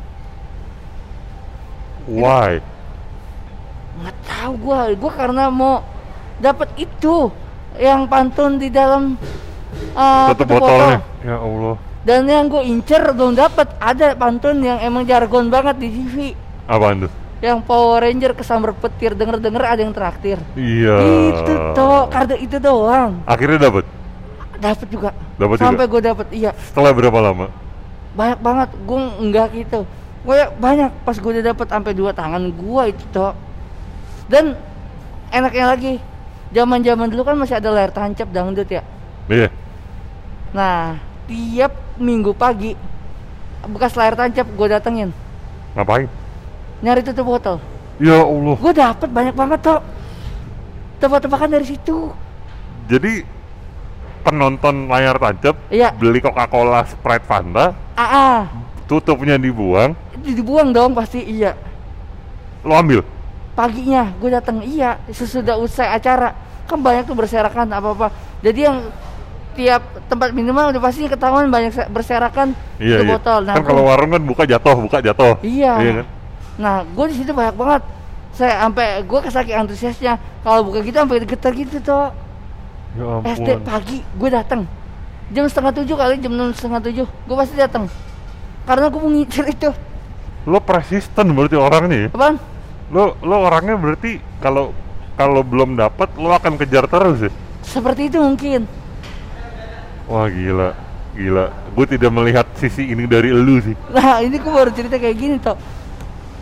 Speaker 1: Why?
Speaker 2: Nggak tahu gua, gua karena mau dapat itu yang pantun di dalam uh,
Speaker 1: tutup botolnya. Ya Allah.
Speaker 2: Dan yang gue incer belum dapat ada pantun yang emang jargon banget di T V.
Speaker 1: Apaan tuh?
Speaker 2: Yang Power Ranger kesambar petir, denger-denger ada yang traktir.
Speaker 1: Iya.
Speaker 2: Itu toh, karena itu doang.
Speaker 1: Akhirnya dapat?
Speaker 2: Dapat juga.
Speaker 1: Dapat juga.
Speaker 2: Sampai gue dapat, iya.
Speaker 1: Setelah berapa lama?
Speaker 2: Banyak banget, gue enggak gitu. Gue banyak pas gue udah dapat sampai dua tangan gue itu toh. Dan enaknya lagi, zaman-zaman dulu kan masih ada layar tancap dangdut ya.
Speaker 1: Iya.
Speaker 2: Nah, tiap minggu pagi bekas layar tancap gue datengin.
Speaker 1: Ngapain?
Speaker 2: Nyari tutup botol.
Speaker 1: Ya Allah.
Speaker 2: Gue dapet banyak banget toh. Tebak-tebakan dari situ.
Speaker 1: Jadi penonton layar tancap
Speaker 2: iya.
Speaker 1: Beli Coca-Cola, Sprite, Fanta.
Speaker 2: Ah,
Speaker 1: tutupnya dibuang.
Speaker 2: Dibuang dong pasti, iya.
Speaker 1: Lo ambil?
Speaker 2: Paginya gue datang, iya, sesudah usai acara. Kan banyak tuh berserakan apa-apa. Jadi yang tiap tempat minuman udah pasti ketahuan banyak berserakan
Speaker 1: iya,
Speaker 2: tutup
Speaker 1: iya.
Speaker 2: botol. Nah,
Speaker 1: kan kalau warung kan buka jatuh, buka jatuh.
Speaker 2: Iya.
Speaker 1: Iya kan?
Speaker 2: Nah, gue di situ banyak banget. Saya sampai gue kesaking antusiasnya kalau buka gitu sampai getar gitu toh.
Speaker 1: Ya ampun.
Speaker 2: S D pagi gue datang jam setengah tujuh kali jam enam setengah tujuh gue pasti datang karena gue mau ngincer itu.
Speaker 1: Lo persisten berarti orangnya ya?
Speaker 2: Apaan?
Speaker 1: Lo lo orangnya berarti kalau kalau belum dapat lo akan kejar terus ya?
Speaker 2: Seperti itu mungkin.
Speaker 1: Wah gila, gila. Gue tidak melihat sisi ini dari elu sih.
Speaker 2: Nah ini gue baru cerita kayak gini toh.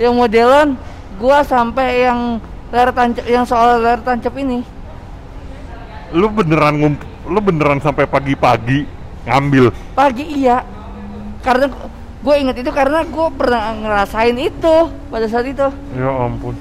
Speaker 2: yang modelan gua sampai yang layar tancap, yang soal layar tancap ini.
Speaker 1: Lu beneran ngump, lu beneran sampai pagi-pagi ngambil?
Speaker 2: Pagi iya, karena gue inget itu karena gue pernah ngerasain itu pada saat itu.
Speaker 1: Ya ampun.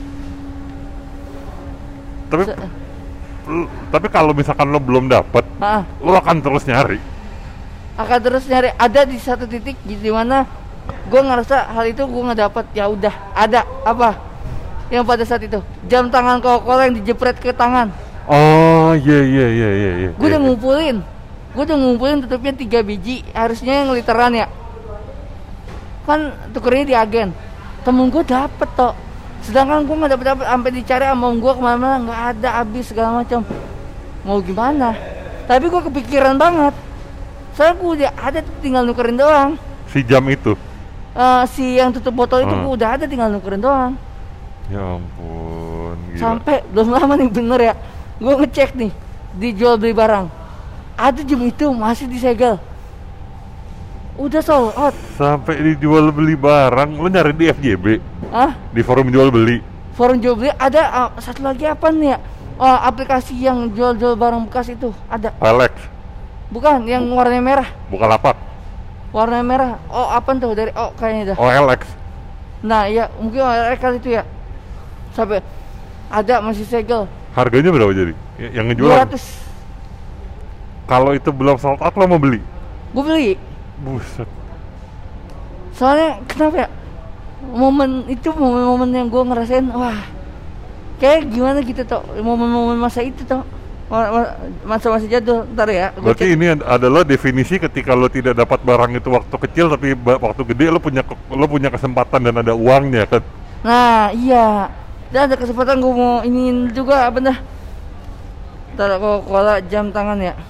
Speaker 1: Tapi
Speaker 2: Se-
Speaker 1: lu- tapi kalau misalkan lo belum dapet,
Speaker 2: ah,
Speaker 1: lo akan terus nyari.
Speaker 2: akan terus nyari. Ada di satu titik di mana gue ngerasa hal itu gue nggak dapet. Ya udah, ada apa yang pada saat itu jam tangan Coca-Cola yang dijepret ke tangan.
Speaker 1: Oh iya iya iya iya. iya,
Speaker 2: Gue udah
Speaker 1: iya.
Speaker 2: ngumpulin, gue udah ngumpulin tutupnya tiga biji, harusnya yang literan ya. Kan tukernya di agen, temen gue dapet toh, sedangkan gue nggak dapet dapet, sampai dicari sama om gue kemana-mana nggak ada, habis segala macam. Mau gimana? Tapi gue kepikiran banget, soalnya gue udah ada tuh, tinggal nukerin doang.
Speaker 1: Si jam itu.
Speaker 2: Eh, si yang tutup botol itu
Speaker 1: Hmm.
Speaker 2: gue udah ada, tinggal nukerin doang.
Speaker 1: Ya ampun. Gila.
Speaker 2: Sampai belum lama nih bener ya, gue ngecek nih dijual beli barang, ada jam itu masih disegel. Udah sold out.
Speaker 1: Sampai dijual beli barang, lo nyari di F J B,
Speaker 2: Ah,
Speaker 1: di forum jual beli.
Speaker 2: forum jual beli ada. Uh, satu lagi apa nih ya? Oh, aplikasi yang jual-jual barang bekas itu ada.
Speaker 1: Alex,
Speaker 2: Bukan, yang warna merah.
Speaker 1: Bukalapak,
Speaker 2: Warna merah. Oh, apa tuh dari oh kayaknya dah.
Speaker 1: O L X.
Speaker 2: Nah, ya mungkin kali itu ya. Sampai ada masih segel.
Speaker 1: Harganya berapa jadi? Y- Yang ngejual?
Speaker 2: dua ratus.
Speaker 1: Kalau itu belum sold out, lo mau beli?
Speaker 2: Gue beli.
Speaker 1: Buset.
Speaker 2: Soalnya kenapa ya? Momen itu momen-momen yang gue ngerasain, wah, kayak gimana gitu toh, momen-momen masa itu toh, Ma- ma- masa-masa jadul. Ntar ya, gua
Speaker 1: Berarti
Speaker 2: cek.
Speaker 1: ini ad- adalah definisi ketika lo tidak dapat barang itu waktu kecil, tapi ba- waktu gede lo punya ke- lo punya kesempatan dan ada uangnya kan?
Speaker 2: Nah iya, dan ada kesempatan gue mau ingin juga apa dah. Ntar Coca-Cola jam tangan ya.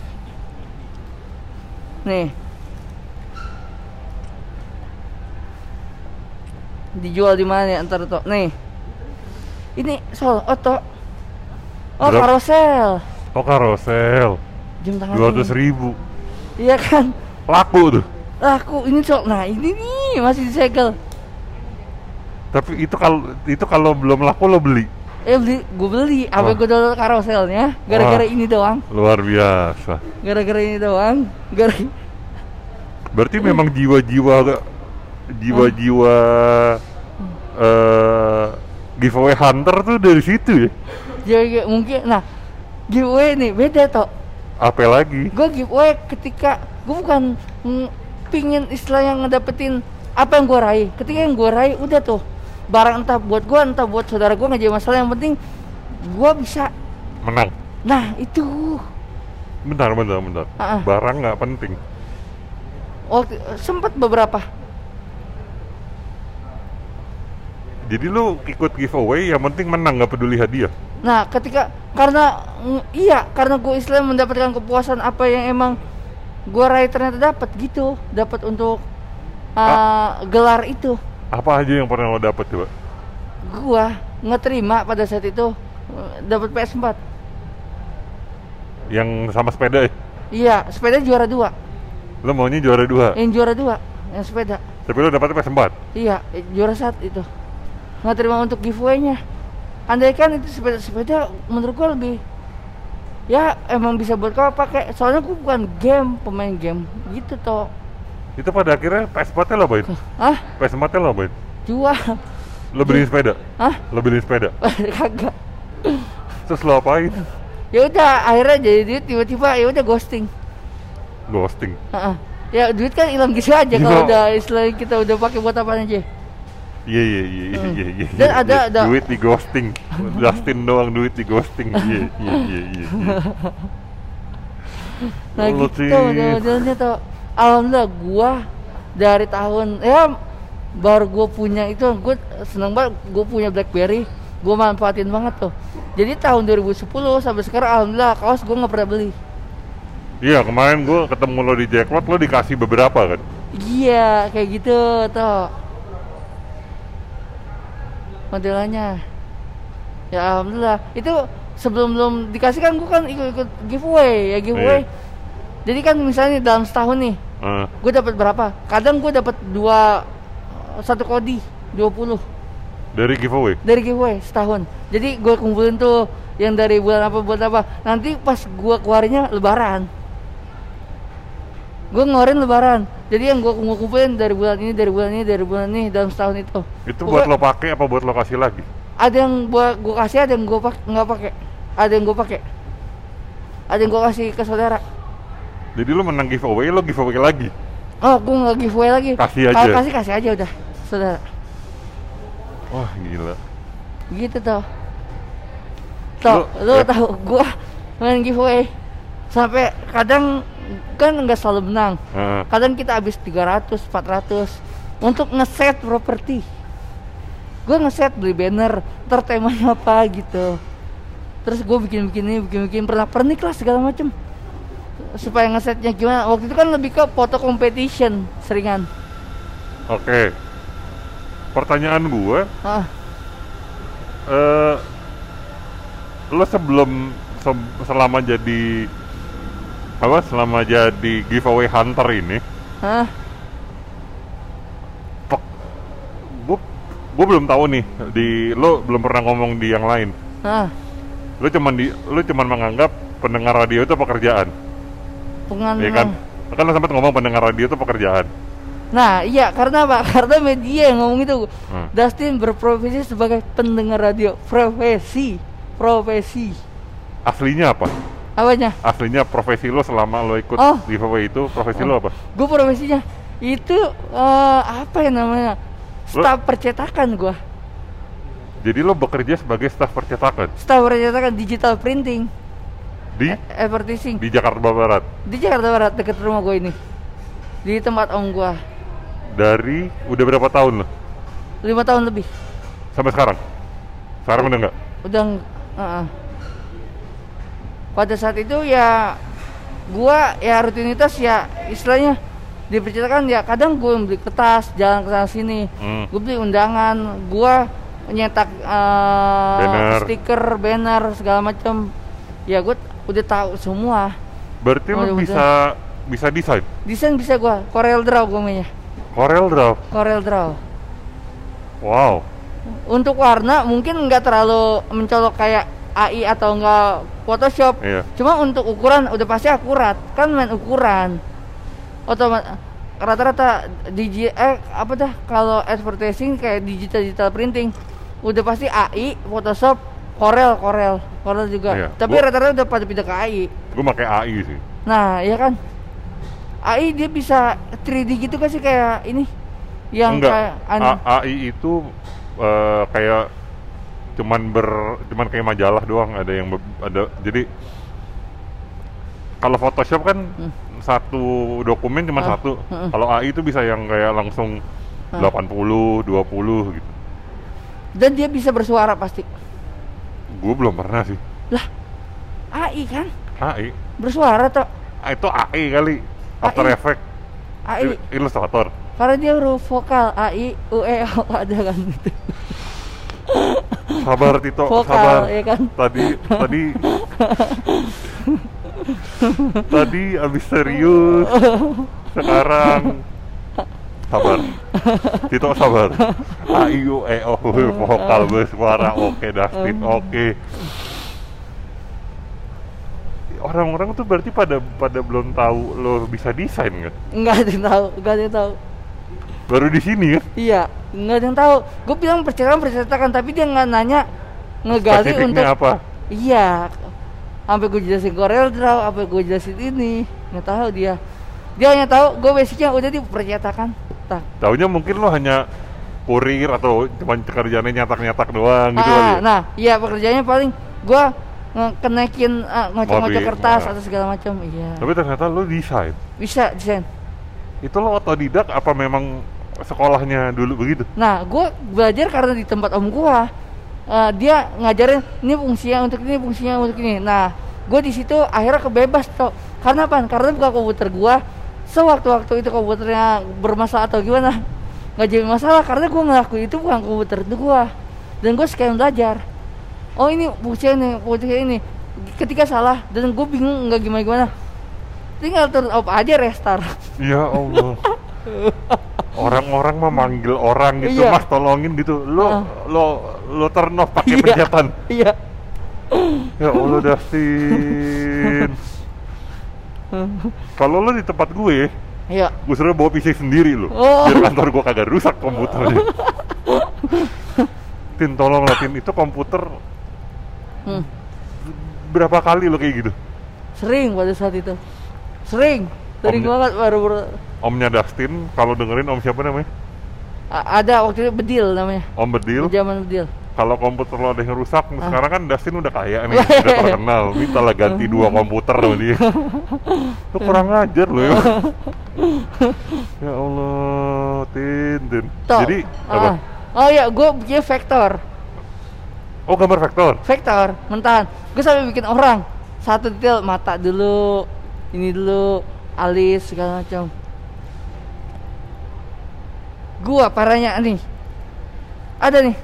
Speaker 2: Nih, dijual di mana ya ntar toh? Nih, ini soal oto. Oh,
Speaker 1: Berapa?
Speaker 2: karosel.
Speaker 1: Oh karosel,
Speaker 2: Jam tangan
Speaker 1: dua ratus
Speaker 2: ini.
Speaker 1: ribu,
Speaker 2: Iya kan?
Speaker 1: laku tuh.
Speaker 2: Laku ini soal. Nah ini nih masih disegel.
Speaker 1: Tapi itu kalau itu kalau belum laku lo beli,
Speaker 2: Eh beli, gue beli. Apa
Speaker 1: Wah.
Speaker 2: gue download karoselnya? Gara-gara
Speaker 1: Wah.
Speaker 2: ini doang.
Speaker 1: luar biasa.
Speaker 2: Gara-gara ini doang. Gara.
Speaker 1: Berarti memang jiwa-jiwa jiwa-jiwa eh giveaway hunter tuh dari situ ya.
Speaker 2: Jadi mungkin. Nah, giveaway nih beda toh.
Speaker 1: Apa lagi?
Speaker 2: Gue giveaway ketika gue bukan mm, pingin istilah yang ngedapetin apa yang gue raih. Ketika yang gue raih udah tuh barang, entah buat gue entah buat saudara gue, nggak jadi masalah, yang penting gue bisa.
Speaker 1: Menang.
Speaker 2: Nah itu
Speaker 1: Bentar, bentar, bentar.
Speaker 2: Ah, ah.
Speaker 1: Barang nggak penting.
Speaker 2: waktu sempat beberapa.
Speaker 1: Jadi lu ikut giveaway, yang penting menang, nggak peduli hadiah.
Speaker 2: Nah ketika karena mm, iya karena gue istilah mendapatkan kepuasan apa yang emang gue raih, ternyata dapat gitu, dapat untuk uh, gelar itu.
Speaker 1: Apa aja yang pernah lo dapet coba?
Speaker 2: Gua ngeterima pada saat itu uh, dapat P S empat.
Speaker 1: Yang sama sepeda ya?
Speaker 2: Iya, sepeda juara dua.
Speaker 1: Lo maunya juara dua,
Speaker 2: Yang juara dua, yang sepeda.
Speaker 1: tapi lo dapetnya P S empat.
Speaker 2: Iya, eh, juara satu itu. Nggak terima untuk giveaway-nya. Andai kan itu sepeda-sepeda menurut gua lebih, ya emang bisa buat kau pakai. Soalnya gua bukan game, pemain game gitu toh.
Speaker 1: Itu pada akhirnya P S empat-nya lo apain?
Speaker 2: Hah?
Speaker 1: P S empat-nya lo apain?
Speaker 2: Jual.
Speaker 1: Lo beliin sepeda?
Speaker 2: Hah?
Speaker 1: Lo beliin sepeda?
Speaker 2: Kagak.
Speaker 1: Terus lo apain?
Speaker 2: Ya udah, akhirnya jadi duit, tiba-tiba ya udah ghosting.
Speaker 1: Ghosting.
Speaker 2: Heeh. Ya duit kan hilang gitu aja
Speaker 1: Iya.
Speaker 2: kalau udah istilahnya kita udah pakai buat apa aja.
Speaker 1: Iya iya iya iya
Speaker 2: Hmm.
Speaker 1: iya iya.
Speaker 2: Dan
Speaker 1: iya,
Speaker 2: ada-
Speaker 1: iya.
Speaker 2: ada-
Speaker 1: duit di ghosting. Justin doang duit di ghosting. Iya iya iya iya. iya.
Speaker 2: Nah
Speaker 1: Allah,
Speaker 2: gitu
Speaker 1: Cis.
Speaker 2: model-modelnya tuh. Alhamdulillah gua dari tahun ya baru gua punya itu, gua seneng banget gua punya BlackBerry, gua manfaatin banget tuh. Jadi tahun dua ribu sepuluh sampai sekarang alhamdulillah kaos gua nggak pernah beli.
Speaker 1: Iya kemarin gue ketemu lo di Jackpot, lo dikasih beberapa kan?
Speaker 2: Iya kayak gitu tuh modelannya. Ya alhamdulillah itu sebelum belum dikasih kan gua kan ikut-ikut giveaway ya giveaway.
Speaker 1: Iya.
Speaker 2: Jadi kan misalnya dalam setahun nih
Speaker 1: Uh,
Speaker 2: gue dapat berapa? Kadang gue dapat dua, satu kodi dua puluh.
Speaker 1: Dari giveaway?
Speaker 2: Dari giveaway setahun. Jadi gue kumpulin tuh yang dari bulan apa bulan apa. Nanti pas gue keluarinnya lebaran. Gue ngeluarin lebaran. Jadi yang gue kumpulin dari bulan ini, dari bulan ini, dari bulan ini dalam setahun itu.
Speaker 1: Itu
Speaker 2: Pokoknya,
Speaker 1: buat lo pakai apa buat lo kasih lagi?
Speaker 2: Ada yang buat gue kasih, ada yang gue pak nggak pakai. Ada yang gue pakai. Ada yang gue kasih ke saudara.
Speaker 1: Jadi lo menang giveaway, lo giveaway lagi?
Speaker 2: Oh, gue nggak giveaway lagi.
Speaker 1: Kasih aja.
Speaker 2: Kalau kasih kasih aja udah, saudara.
Speaker 1: Wah gila.
Speaker 2: Gitu tau. Tau,
Speaker 1: Lu-
Speaker 2: lo
Speaker 1: ya.
Speaker 2: tahu gue main giveaway sampai kadang kan nggak selalu menang.
Speaker 1: Heeh.
Speaker 2: Kadang kita habis tiga ratus, empat ratus untuk ngeset properti. Gue ngeset beli banner, ntar temanya apa gitu. Terus gue bikin-bikin ini, bikin-bikin pernak-pernik lah segala macem. Supaya ngesetnya gimana? Waktu itu kan lebih ke foto competition seringan.
Speaker 1: Oke. Pertanyaan gue,
Speaker 2: Ah,
Speaker 1: eh lo sebelum se- selama jadi apa? Selama jadi giveaway hunter ini,
Speaker 2: ah,
Speaker 1: gue gue belum tahu nih di lo belum pernah ngomong di yang lain.
Speaker 2: ah.
Speaker 1: Lo cuman di lo cuman menganggap pendengar radio itu pekerjaan,
Speaker 2: Pengen.
Speaker 1: ya kan? Kan lo sempat ngomong pendengar radio itu pekerjaan.
Speaker 2: Nah, iya karena apa? Karena media yang ngomong itu.
Speaker 1: Hmm.
Speaker 2: Dustin berprofesi sebagai pendengar radio, profesi, profesi.
Speaker 1: Aslinya apa?
Speaker 2: Apanya?
Speaker 1: Aslinya profesi lo selama lo ikut
Speaker 2: Oh.
Speaker 1: giveaway itu profesi lo apa?
Speaker 2: Gue profesinya itu eh, apa ya namanya?
Speaker 1: Lo-
Speaker 2: Staf percetakan gue.
Speaker 1: Jadi lo bekerja sebagai staf percetakan
Speaker 2: Staf percetakan digital printing,
Speaker 1: di
Speaker 2: advertising
Speaker 1: di Jakarta Barat
Speaker 2: di Jakarta Barat dekat rumah gue ini. Di tempat om gue.
Speaker 1: dari udah berapa tahun lo?
Speaker 2: Lima tahun lebih.
Speaker 1: Sampai sekarang? Sekarang udah enggak?
Speaker 2: Udah ng- uh-uh. Pada saat itu ya gua ya rutinitas ya istilahnya dipercetakan ya kadang gue beli kertas jalan ke sana sini,
Speaker 1: Hmm.
Speaker 2: gue beli undangan, gua nyetak uh,
Speaker 1: Banner.
Speaker 2: stiker, banner segala macam. Ya gue udah tahu semua.
Speaker 1: Berarti
Speaker 2: Oh,
Speaker 1: lo
Speaker 2: iya,
Speaker 1: bisa bisa desain?
Speaker 2: Desain bisa gua, Corel Draw gue mainnya.
Speaker 1: Corel Draw?
Speaker 2: Corel Draw.
Speaker 1: Wow.
Speaker 2: Untuk warna mungkin nggak terlalu mencolok kayak A I atau enggak Photoshop.
Speaker 1: Iya.
Speaker 2: Cuma untuk ukuran udah pasti akurat. Kan main ukuran. Otomatis rata-rata digi eh apa dah kalau advertising kayak digital digital printing udah pasti A I, Photoshop, Corel, Corel, Corel juga.
Speaker 1: Iya.
Speaker 2: Tapi
Speaker 1: Gua-
Speaker 2: rata-rata udah pada pindah ke A I.
Speaker 1: Gue pakai A I sih.
Speaker 2: Nah, ya kan. A I dia bisa tiga D gitu kan sih kayak ini yang
Speaker 1: Enggak.
Speaker 2: kayak an-
Speaker 1: A- AI itu eh, kayak cuman ber cuman kayak majalah doang, ada yang be- ada jadi kalau Photoshop kan
Speaker 2: Hmm.
Speaker 1: satu dokumen cuma
Speaker 2: Ah,
Speaker 1: satu.
Speaker 2: mm-mm.
Speaker 1: Kalau A I itu bisa yang kayak langsung
Speaker 2: Ah.
Speaker 1: delapan puluh, dua puluh gitu.
Speaker 2: dan dia bisa bersuara pasti.
Speaker 1: Gue belum pernah sih.
Speaker 2: Lah, A I kan
Speaker 1: A I?
Speaker 2: bersuara toh.
Speaker 1: Ah, itu A I kali. After
Speaker 2: A I.
Speaker 1: Effect.
Speaker 2: A I
Speaker 1: Il- Illustrator.
Speaker 2: karena dia huruf vokal A I U E O ada kan gitu.
Speaker 1: Sabar Tito,
Speaker 2: Vokal,
Speaker 1: sabar.
Speaker 2: ya kan?
Speaker 1: Tadi tadi tadi abis serius. Sekarang sabar. Tito sabar. A I U E O vokal bersuara oke, Dustin oke. Orang-orang tuh berarti pada pada belum tahu lo bisa desain kan?
Speaker 2: Enggak ada yang tahu, enggak ada yang tahu.
Speaker 1: Baru di sini ya?
Speaker 2: Iya, enggak ada yang tahu. Gue bilang percetakan percetakan tapi dia nggak nanya ngegali untuk
Speaker 1: Spesifiknya apa?
Speaker 2: iya. Sampai gue jelasin Corel Draw, sampai gue jelasin ini, nggak tahu dia. Dia hanya tahu gue basicnya udah di percetakan. Tak.
Speaker 1: Taunya mungkin lo hanya kurir atau cuma kerjaannya nyatak-nyatak doang gitu kali
Speaker 2: Ah,
Speaker 1: ya?
Speaker 2: nah, iya pekerjaannya paling gue ngekenekin uh, ngocok-ngocok
Speaker 1: Mobil,
Speaker 2: kertas
Speaker 1: nah.
Speaker 2: atau segala macam. Iya.
Speaker 1: Tapi ternyata lo desain.
Speaker 2: Bisa desain.
Speaker 1: Itu lo otodidak apa memang sekolahnya dulu begitu?
Speaker 2: Nah, gue belajar karena di tempat om gue, uh, dia ngajarin ini fungsinya untuk ini, fungsinya untuk ini. Nah, gue di situ akhirnya kebebas tuh. Karena apa? Karena buka komputer gue, sewaktu-waktu itu komputernya bermasalah atau gimana, nggak jadi masalah karena gue ngelakuin itu bukan komputer itu gue, dan gue sekalian belajar. Oh ini fungsinya ini, fungsinya ini. Ketika salah dan gue bingung nggak gimana gimana, tinggal turn off aja restart.
Speaker 1: Ya Allah. Orang-orang mah manggil orang gitu,
Speaker 2: Iya.
Speaker 1: mas tolongin gitu. Lo
Speaker 2: Ah.
Speaker 1: lo lo turn off pakai
Speaker 2: Iya.
Speaker 1: pencetan.
Speaker 2: Iya.
Speaker 1: Ya Allah Dustin. Kalau lo di tempat gue,
Speaker 2: Iya.
Speaker 1: gue suruh bawa P C sendiri lo,
Speaker 2: Oh.
Speaker 1: biar kantor gue kagak rusak komputernya. Tin, tolong lah Tin, itu komputer
Speaker 2: Hmm.
Speaker 1: berapa kali lo kayak gitu?
Speaker 2: Sering pada saat itu. Sering. Sering
Speaker 1: Omnya-
Speaker 2: banget baru-baru.
Speaker 1: Omnya Dustin, kalau dengerin om siapa namanya?
Speaker 2: A- ada waktu itu Bedil namanya.
Speaker 1: Om Bedil.
Speaker 2: Zaman Bedil.
Speaker 1: Kalau komputer lo ada yang rusak,
Speaker 2: Ah.
Speaker 1: sekarang kan Dustin udah kaya nih, udah terkenal. Minta lah ganti dua komputer sama dia. Lo kurang ajar lo ya. Ya Allah, Tin, Tin.
Speaker 2: Toh.
Speaker 1: Jadi
Speaker 2: Ah.
Speaker 1: apa?
Speaker 2: Oh ya, gue bikin vektor.
Speaker 1: Oh, gambar vektor.
Speaker 2: Vektor, mentahan. Gue sampai bikin orang. Satu detail mata dulu, ini dulu, alis segala macam. Gua parahnya nih. Ada nih.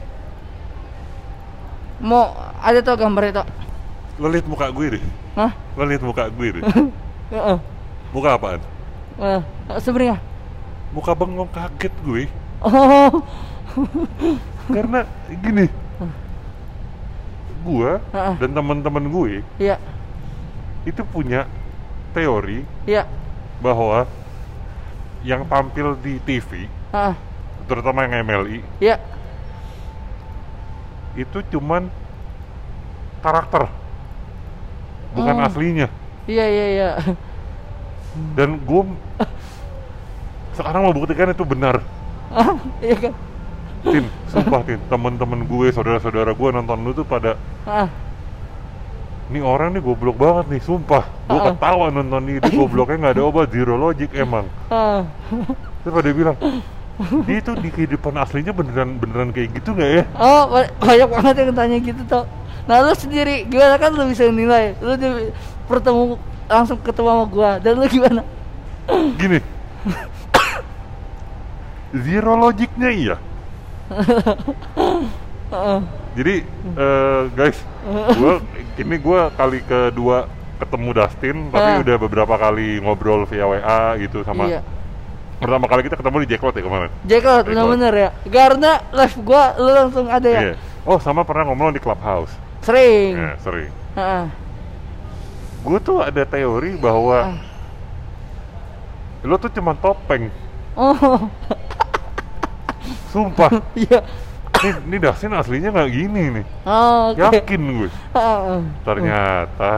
Speaker 2: Mau ada tuh gambar itu.
Speaker 1: Lo liat muka gue deh.
Speaker 2: Hah?
Speaker 1: Lo liat muka gue deh.
Speaker 2: Heeh.
Speaker 1: Muka apaan?
Speaker 2: Eh, sebenarnya.
Speaker 1: Muka bengong kaget gue.
Speaker 2: Oh.
Speaker 1: Karena gini, gua
Speaker 2: Heeh.
Speaker 1: dan teman-teman gue
Speaker 2: Iya,
Speaker 1: itu punya teori
Speaker 2: iya.
Speaker 1: bahwa yang tampil di T V,
Speaker 2: Heeh.
Speaker 1: terutama yang M L I,
Speaker 2: Iya.
Speaker 1: itu cuman karakter, bukan
Speaker 2: Oh.
Speaker 1: aslinya.
Speaker 2: Iya, iya, iya.
Speaker 1: Dan gue sekarang mau buktikan itu benar.
Speaker 2: Ah, iya kan?
Speaker 1: Tin, sumpah Tin, teman-teman gue, saudara-saudara gue nonton lu tuh pada,
Speaker 2: Ah.
Speaker 1: nih orang nih goblok banget nih, sumpah. Gue
Speaker 2: Ah.
Speaker 1: ketawa nonton ini, dia gobloknya nggak ada obat, zero logic emang.
Speaker 2: Ah.
Speaker 1: Terus pada bilang, dia tuh di kehidupan aslinya beneran beneran kayak gitu nggak ya?
Speaker 2: Oh, ba- banyak banget yang tanya gitu toh. Nah, lu sendiri gimana, kan lu bisa nilai? Lu di- bertemu langsung ketemu sama gua, dan lu gimana?
Speaker 1: Gini, zero logicnya iya.
Speaker 2: Heeh.
Speaker 1: Jadi eh, guys, gua ini gua kali kedua ketemu Dustin, tapi
Speaker 2: Ah.
Speaker 1: udah beberapa kali ngobrol via W A gitu sama.
Speaker 2: Iya.
Speaker 1: Pertama kali kita ketemu di Jacklot ya kemarin.
Speaker 2: Jacklot,
Speaker 1: Jacklot.
Speaker 2: bener-bener ya. Karena live gua lu langsung ada ya.
Speaker 1: Iya. Oh, sama pernah ngomong di Clubhouse.
Speaker 2: Sering.
Speaker 1: Ya, sering.
Speaker 2: Heeh.
Speaker 1: Gue tuh ada teori bahwa
Speaker 2: Ah.
Speaker 1: lo tuh cuma topeng.
Speaker 2: Oh.
Speaker 1: Sumpah.
Speaker 2: Iya.
Speaker 1: Nih, nih Dustin aslinya nggak gini nih.
Speaker 2: Oh, oke.
Speaker 1: Yakin gue.
Speaker 2: Heeh.
Speaker 1: Ternyata.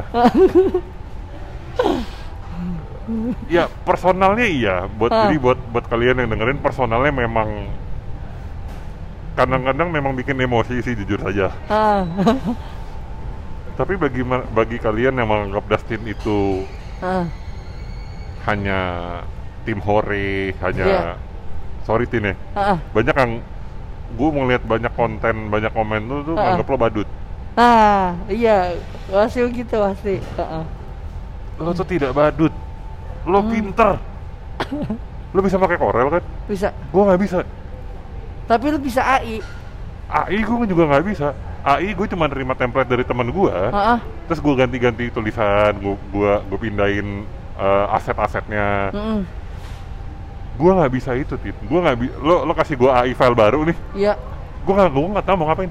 Speaker 1: Ya personalnya iya. Buat
Speaker 2: Ah.
Speaker 1: jadi buat buat kalian yang dengerin, personalnya memang kadang-kadang memang bikin emosi sih, jujur saja.
Speaker 2: Ah.
Speaker 1: Tapi bagi ma- bagi kalian yang menganggap Dustin itu
Speaker 2: Ah.
Speaker 1: hanya tim hore, hanya
Speaker 2: Iya.
Speaker 1: sorry Tin ya.
Speaker 2: Ah.
Speaker 1: Banyak yang gue ngeliat banyak konten, banyak komen tuh tuh
Speaker 2: Ah.
Speaker 1: nganggap lo badut.
Speaker 2: Ah, iya, pasti begitu pasti. Heeh.
Speaker 1: Lo tuh tidak badut. Lo
Speaker 2: Hmm.
Speaker 1: pinter. Lo bisa pakai Corel kan?
Speaker 2: Bisa.
Speaker 1: Gue nggak bisa.
Speaker 2: Tapi lu bisa A I.
Speaker 1: A I gue juga nggak bisa. A I gue cuma nerima template dari teman gue,
Speaker 2: Heeh.
Speaker 1: terus gue ganti-ganti tulisan, gue gua gue pindahin eh, aset-asetnya.
Speaker 2: Heeh.
Speaker 1: Gue nggak bisa itu, Tit. Gue nggak bi- lo lo kasih gue A I file baru nih,
Speaker 2: Iya.
Speaker 1: gue nggak gue nggak tahu mau ngapain.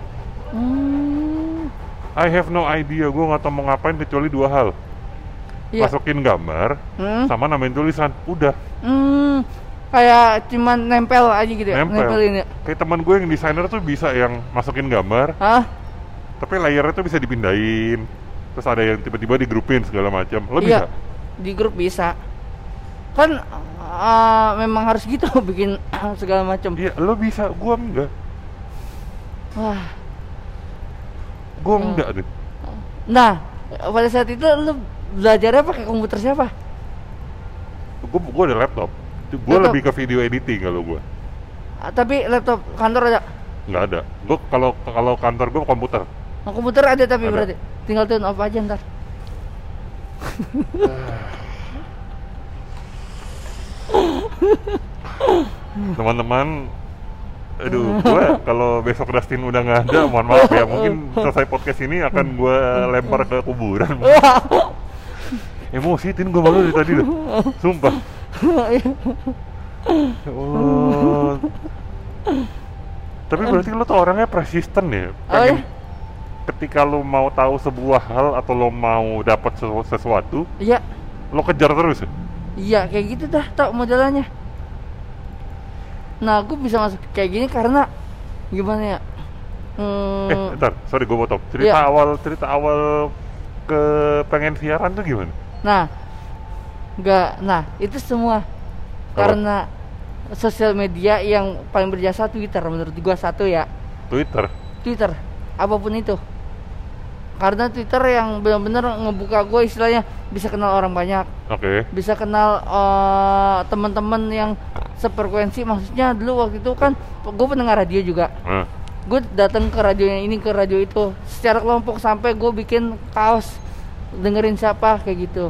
Speaker 2: Hmm.
Speaker 1: I have no idea, gue nggak tahu mau ngapain kecuali dua hal.
Speaker 2: Iya.
Speaker 1: Masukin gambar,
Speaker 2: Hmm.
Speaker 1: sama namain tulisan, udah.
Speaker 2: Hmm. Kayak cuman nempel aja gitu ya.
Speaker 1: Nempel.
Speaker 2: Nempelin ya.
Speaker 1: Kayak teman gue yang desainer tuh bisa yang masukin gambar,
Speaker 2: Hah?
Speaker 1: tapi layernya tuh bisa dipindahin. Terus ada yang tiba-tiba digrupin segala macam. Lo
Speaker 2: Iya.
Speaker 1: bisa?
Speaker 2: Di grup bisa. Kan uh, memang harus gitu bikin segala macam.
Speaker 1: Iya, lo bisa. Gue enggak.
Speaker 2: Wah.
Speaker 1: Gue
Speaker 2: Hmm.
Speaker 1: enggak deh.
Speaker 2: Nah, pada saat itu lu belajarnya pakai komputer siapa?
Speaker 1: Gue gue ada laptop. Gue
Speaker 2: Laptop?
Speaker 1: lebih ke video editing kalau gue.
Speaker 2: Ah, tapi laptop kantor ada.
Speaker 1: Nggak ada. Gue kalau kalau kantor gue komputer.
Speaker 2: Nah, komputer ada tapi
Speaker 1: Ada.
Speaker 2: berarti tinggal turn off aja ntar.
Speaker 1: Teman-teman, aduh, gue kalau besok Dustin udah nggak ada, mohon maaf ya. Mungkin selesai podcast ini akan gue lempar ke kuburan. Emosi, Tin, gue malu dari tadi loh. Sumpah. Oh. Tapi berarti lo tuh orangnya persisten ya?
Speaker 2: Oh,
Speaker 1: Pengen,
Speaker 2: ya?
Speaker 1: ketika lo mau tahu sebuah hal atau lo mau dapat sesu- sesuatu,
Speaker 2: Iya,
Speaker 1: lo kejar terus ya?
Speaker 2: iya kayak gitu dah tau modelannya. Nah, aku bisa masuk kayak gini karena gimana ya? Hmm,
Speaker 1: Eh, bentar, sorry gue potong. Cerita
Speaker 2: Iya.
Speaker 1: awal, cerita awal ke pengen siaran tuh gimana?
Speaker 2: Nah, nggak, nah itu semua
Speaker 1: Apa?
Speaker 2: karena sosial media yang paling berjasa Twitter menurut gua satu ya.
Speaker 1: Twitter?
Speaker 2: Twitter, apapun itu. Karena Twitter yang benar-benar ngebuka gue istilahnya bisa kenal orang banyak,
Speaker 1: Oke.
Speaker 2: bisa kenal eh, teman-teman yang sefrekuensi. Maksudnya dulu waktu itu kan gue pendengar radio juga.
Speaker 1: Nah,
Speaker 2: Gue datang ke radio yang ini, ke radio itu secara kelompok sampai gue bikin kaos dengerin siapa kayak gitu.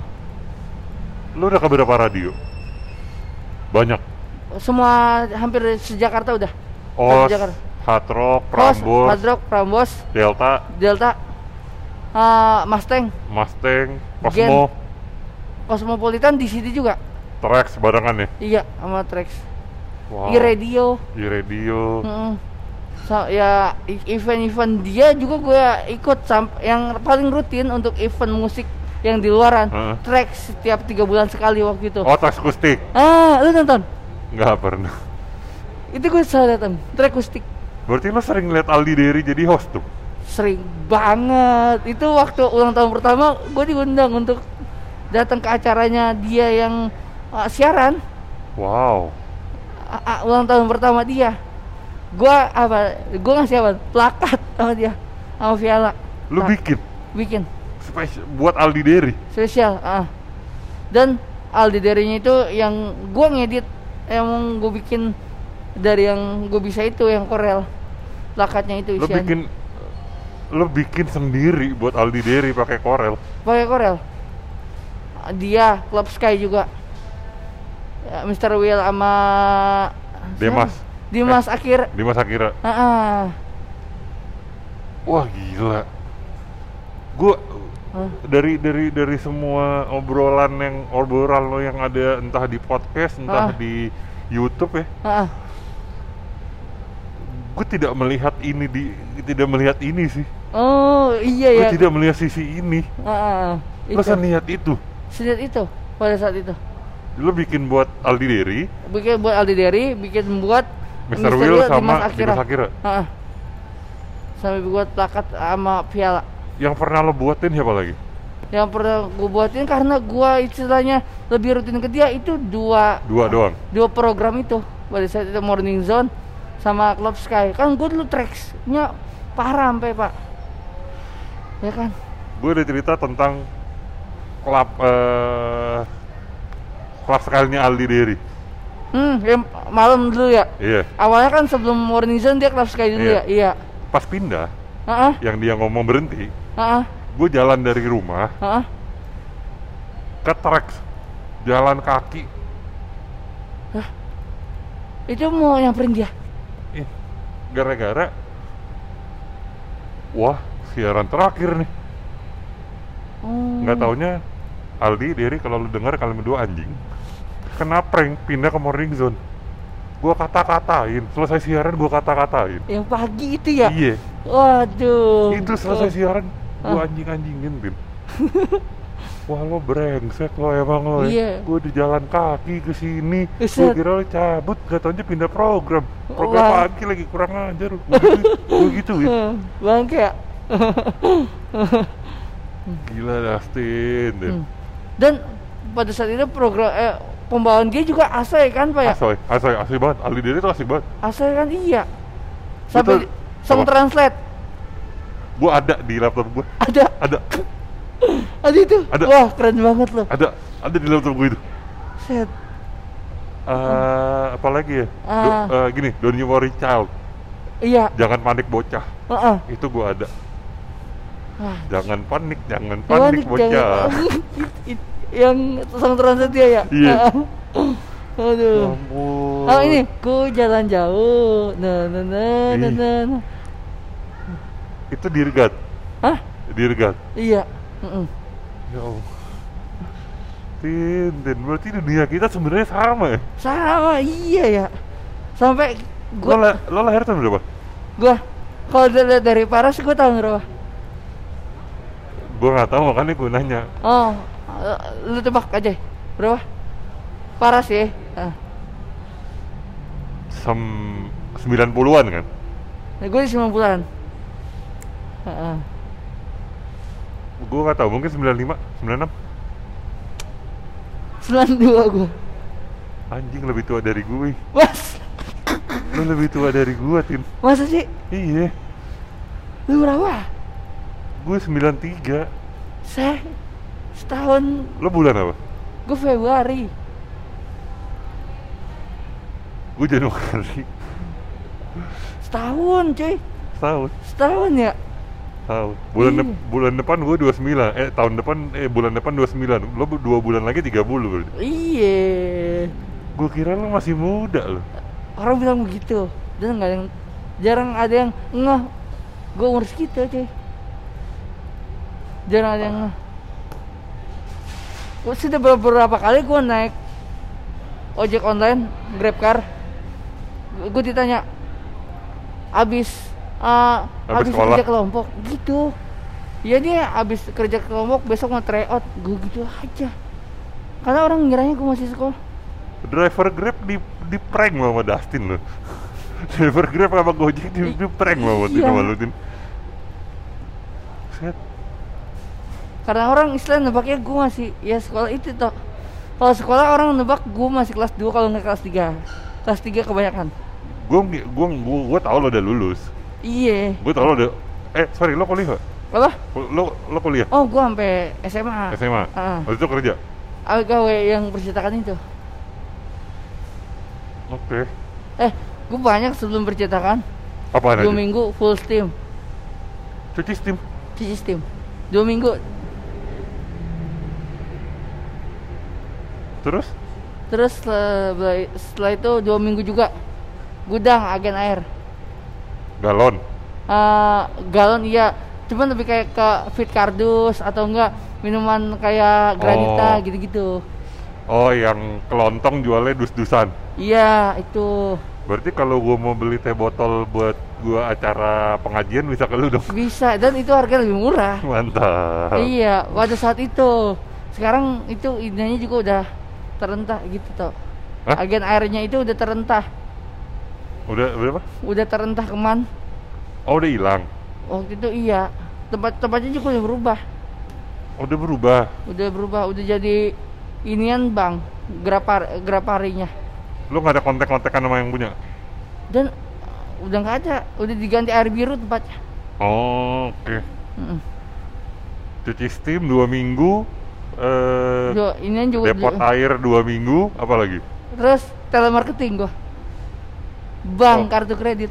Speaker 1: lo udah ke berapa radio? Banyak.
Speaker 2: Semua hampir se-Jakarta udah.
Speaker 1: Os,
Speaker 2: Jakarta.
Speaker 1: Hard Rock,
Speaker 2: Os,
Speaker 1: Prambors,
Speaker 2: Hard Rock, Prambors,
Speaker 1: Delta,
Speaker 2: Delta, eh, Mustang,
Speaker 1: Mustang,
Speaker 2: Gen.
Speaker 1: Cosmo,
Speaker 2: Cosmopolitan di sini juga.
Speaker 1: Trax barengan ya?
Speaker 2: Iya, sama Trax.
Speaker 1: Wow.
Speaker 2: I-Radio.
Speaker 1: I-Radio.
Speaker 2: Mm-mm. So, ya e- event-event dia juga gue ikut sampai yang paling rutin untuk event musik yang di luaran.
Speaker 1: Heeh.
Speaker 2: Trax setiap tiga bulan sekali waktu itu.
Speaker 1: Oh, Trax Akustik?
Speaker 2: Ah, lu nonton?
Speaker 1: Nggak pernah.
Speaker 2: Itu gue selalu datang. Trax akustik.
Speaker 1: Berarti lo sering lihat Aldi Dery jadi host tuh?
Speaker 2: Sering banget. Itu waktu ulang tahun pertama gue diundang untuk datang ke acaranya dia yang uh, siaran.
Speaker 1: Wow.
Speaker 2: A- a- ulang tahun pertama dia. Gua apa? Gua ngasih apa? Plakat sama dia, sama Viala.
Speaker 1: Lo
Speaker 2: Nah,
Speaker 1: bikin?
Speaker 2: bikin
Speaker 1: Spesial buat Aldi Dery?
Speaker 2: spesial. Ah. Dan Aldi Dery-nya itu yang gua ngedit, emang gua bikin dari yang gua bisa itu yang Corel. Plakatnya itu
Speaker 1: Lo
Speaker 2: isian.
Speaker 1: bikin lo bikin sendiri buat Aldi Dery pakai Corel?
Speaker 2: Pakai Corel. Dia Club Sky juga. Ya, mister Will sama
Speaker 1: Demas?
Speaker 2: Dimas Akhir.
Speaker 1: Dimas Akira?
Speaker 2: Ah, ah.
Speaker 1: Wah gila. Gua
Speaker 2: Hah?
Speaker 1: dari dari dari semua obrolan yang obrolan lo yang ada entah di podcast entah
Speaker 2: Ah.
Speaker 1: di YouTube ya,
Speaker 2: Ah, ah.
Speaker 1: gue tidak melihat ini di tidak melihat ini sih.
Speaker 2: Oh iya
Speaker 1: Gue
Speaker 2: ya.
Speaker 1: tidak melihat sisi ini.
Speaker 2: Ah, ah, ah.
Speaker 1: Lo
Speaker 2: Itu.
Speaker 1: seniat itu.
Speaker 2: Seniat itu pada saat itu.
Speaker 1: Lo bikin buat Aldi Dery,
Speaker 2: Bikin buat Aldi Dery, bikin buat
Speaker 1: mister Will sama
Speaker 2: Dimas Akira.
Speaker 1: Dimas Akira.
Speaker 2: Ah, ah. Sampai buat plakat sama Piala.
Speaker 1: Yang pernah lo buatin siapa lagi?
Speaker 2: Yang pernah gue buatin karena gue istilahnya lebih rutin ke dia itu dua
Speaker 1: Dua doang.
Speaker 2: dua program itu pada saat itu Morning Zone sama Club Sky. Kan gue dulu tracksnya parah sampai pak, ya kan?
Speaker 1: Gue ada cerita tentang klub eh klub sekalinya Aldi Dery.
Speaker 2: Hmm, yang malam dulu ya.
Speaker 1: Iya.
Speaker 2: Awalnya kan sebelum Morning Zone dia Club Sky dulu
Speaker 1: Iya.
Speaker 2: ya. Iya.
Speaker 1: Pas pindah,
Speaker 2: Heeh,
Speaker 1: yang dia ngomong berhenti,
Speaker 2: heeh,
Speaker 1: gue jalan dari rumah
Speaker 2: heeh.
Speaker 1: ke Trax, jalan kaki.
Speaker 2: Itu mau nyamperin dia.
Speaker 1: Ih, gara-gara wah siaran terakhir nih.
Speaker 2: Oh.
Speaker 1: Nggak taunya Aldi Dery kalau lu dengar kalian berdua anjing kena prank pindah ke Morning Zone. Gua kata-katain, selesai siaran gua kata-katain.
Speaker 2: Yang pagi itu ya?
Speaker 1: Iya,
Speaker 2: Waduh.
Speaker 1: itu selesai siaran gua
Speaker 2: Ah.
Speaker 1: anjing-anjingin, Bin. Wah lo brengsek lo emang lo
Speaker 2: Iya.
Speaker 1: ya. Gua di jalan kaki ke sini. Gua
Speaker 2: Buset.
Speaker 1: kira lo cabut, gak taunya pindah program. Program
Speaker 2: Wah.
Speaker 1: pagi lagi kurang ajar. Gua gitu, gua gitu ya.
Speaker 2: Eh, Bangke ya.
Speaker 1: Gila Dustin. Din.
Speaker 2: Hmm. Dan pada saat itu program eh, pembawaan dia juga asli kan pak ya?
Speaker 1: Asoy, asoy, asli banget. Aldi Dery tuh asli banget.
Speaker 2: Asli kan iya. Sampai
Speaker 1: Betul.
Speaker 2: song
Speaker 1: Apa?
Speaker 2: translate
Speaker 1: Gua ada di laptop gua.
Speaker 2: ada,
Speaker 1: Ada,
Speaker 2: ada itu.
Speaker 1: Ada.
Speaker 2: Wah keren banget loh.
Speaker 1: ada, ada di laptop gua itu.
Speaker 2: Set.
Speaker 1: Eh, apa lagi ya?
Speaker 2: Ah.
Speaker 1: Do- eh, gini, don't you worry child.
Speaker 2: Iya.
Speaker 1: Jangan panik bocah.
Speaker 2: Heeh.
Speaker 1: Itu gua ada.
Speaker 2: Wah.
Speaker 1: Jangan panik, jangan
Speaker 2: Jangan-
Speaker 1: panik bocah.
Speaker 2: jangan- It- yang song translate dia ya.
Speaker 1: Iya.
Speaker 2: Heeh. Aduh.
Speaker 1: Ampun.
Speaker 2: Oh ini, ku jalan jauh. Nah, nah, nah, nah,
Speaker 1: Ih.
Speaker 2: nah, nah.
Speaker 1: Itu Dirgat.
Speaker 2: Hah?
Speaker 1: Dirgat.
Speaker 2: Iya. Mm-mm.
Speaker 1: Ya Allah. Tin, Tin, berarti dunia kita sebenarnya sama ya?
Speaker 2: Sama, iya ya. Sampai
Speaker 1: Lo,
Speaker 2: gua
Speaker 1: la- lo lahir tahun berapa?
Speaker 2: gua kalau dilihat dari Paras gua tahun berapa?
Speaker 1: Gue nggak tahu, makanya gue nanya.
Speaker 2: Oh, eh, lu tebak aja. Berapa? Paras ya. Ah.
Speaker 1: Sem sembilan puluhan kan?
Speaker 2: Nah, gue di sembilan puluhan. Heeh.
Speaker 1: Gue nggak tahu, mungkin sembilan lima, sembilan enam.
Speaker 2: sembilan dua gue.
Speaker 1: Anjing, lebih tua dari gue.
Speaker 2: Mas,
Speaker 1: Lo lebih tua dari gue, Tin.
Speaker 2: masa sih?
Speaker 1: Iya,
Speaker 2: Lu berapa?
Speaker 1: gue sembilan tiga.
Speaker 2: Saya setahun.
Speaker 1: Lo bulan apa?
Speaker 2: Gue Februari.
Speaker 1: Gue Januari.
Speaker 2: Setahun cuy.
Speaker 1: Setahun.
Speaker 2: Setahun ya.
Speaker 1: Tahu. Bulan
Speaker 2: Iya.
Speaker 1: dep- bulan depan gue dua puluh sembilan. Eh tahun depan eh bulan depan dua puluh sembilan. Lo bu- dua bulan lagi tiga puluh berarti.
Speaker 2: Iya.
Speaker 1: Gue kira lo masih muda lo.
Speaker 2: Orang bilang begitu. Dan nggak yang jarang ada yang ngeh. Gue umur segitu cuy. Jarang ada yang ngeh. Gua sudah beberapa kali gue naik ojek online, GrabCar. Gue ditanya, abis uh,
Speaker 1: Abis
Speaker 2: abis
Speaker 1: sekolah?
Speaker 2: kerja kelompok gitu. Iya dia abis kerja kelompok besok mau tryout. Gue gitu aja. Karena orang ngiranya gue masih sekolah.
Speaker 1: Driver Grab di di prank sama Dustin lo. Driver Grab sama Gojek di, di prank sama Tin
Speaker 2: Iya.
Speaker 1: sama lo, Tin. Set.
Speaker 2: Karena orang Islam nebaknya gue masih ya sekolah itu toh. Kalau sekolah orang nebak gue masih kelas dua kalau nggak kelas tiga. Kelas tiga kebanyakan.
Speaker 1: Gue gue gue gue tahu lo udah lulus.
Speaker 2: Iya.
Speaker 1: Gue tahu lo udah. Eh sorry, lo kuliah? Gak?
Speaker 2: Apa?
Speaker 1: Lo lo kuliah?
Speaker 2: Oh gue sampai S M A.
Speaker 1: S M A.
Speaker 2: Heeh.
Speaker 1: Waktu itu kerja.
Speaker 2: A G W yang percetakan itu.
Speaker 1: Oke.
Speaker 2: Eh, gue banyak sebelum percetakan.
Speaker 1: Apaan
Speaker 2: Dua
Speaker 1: aja?
Speaker 2: minggu full steam,
Speaker 1: Cuci steam.
Speaker 2: cuci steam. Dua minggu.
Speaker 1: Terus?
Speaker 2: Terus setelah, setelah itu dua minggu juga gudang agen air.
Speaker 1: Galon.
Speaker 2: Eh, galon iya, cuman lebih kayak ke fit kardus atau enggak minuman kayak granita
Speaker 1: Oh.
Speaker 2: gitu-gitu.
Speaker 1: Oh, yang kelontong jualnya dus-dusan.
Speaker 2: Iya itu
Speaker 1: Berarti kalau gua mau beli teh botol buat gua acara pengajian bisa ke lu dong.
Speaker 2: bisa dan itu harga lebih murah.
Speaker 1: Mantap.
Speaker 2: Iya, pada saat itu. Sekarang itu idenya juga udah terentah gitu toh.
Speaker 1: Hah?
Speaker 2: Agen airnya itu udah terentah,
Speaker 1: Udah berapa?
Speaker 2: udah terentah keman.
Speaker 1: Oh, udah hilang.
Speaker 2: Waktu itu iya, tempat tempatnya juga udah berubah,
Speaker 1: Oh, udah berubah.
Speaker 2: udah berubah, udah jadi inian bang, grapar graparinya.
Speaker 1: Lu nggak ada kontak-kontakan sama yang punya?
Speaker 2: Dan uh, udah nggak ada, udah diganti air biru tempatnya.
Speaker 1: Oh, oke.
Speaker 2: Mm-mm.
Speaker 1: Cuci steam dua minggu. Eh,
Speaker 2: Jo, inian juga
Speaker 1: depot
Speaker 2: ju-
Speaker 1: air dua minggu. Apa lagi?
Speaker 2: terus telemarketing gua, bank
Speaker 1: Oh.
Speaker 2: kartu kredit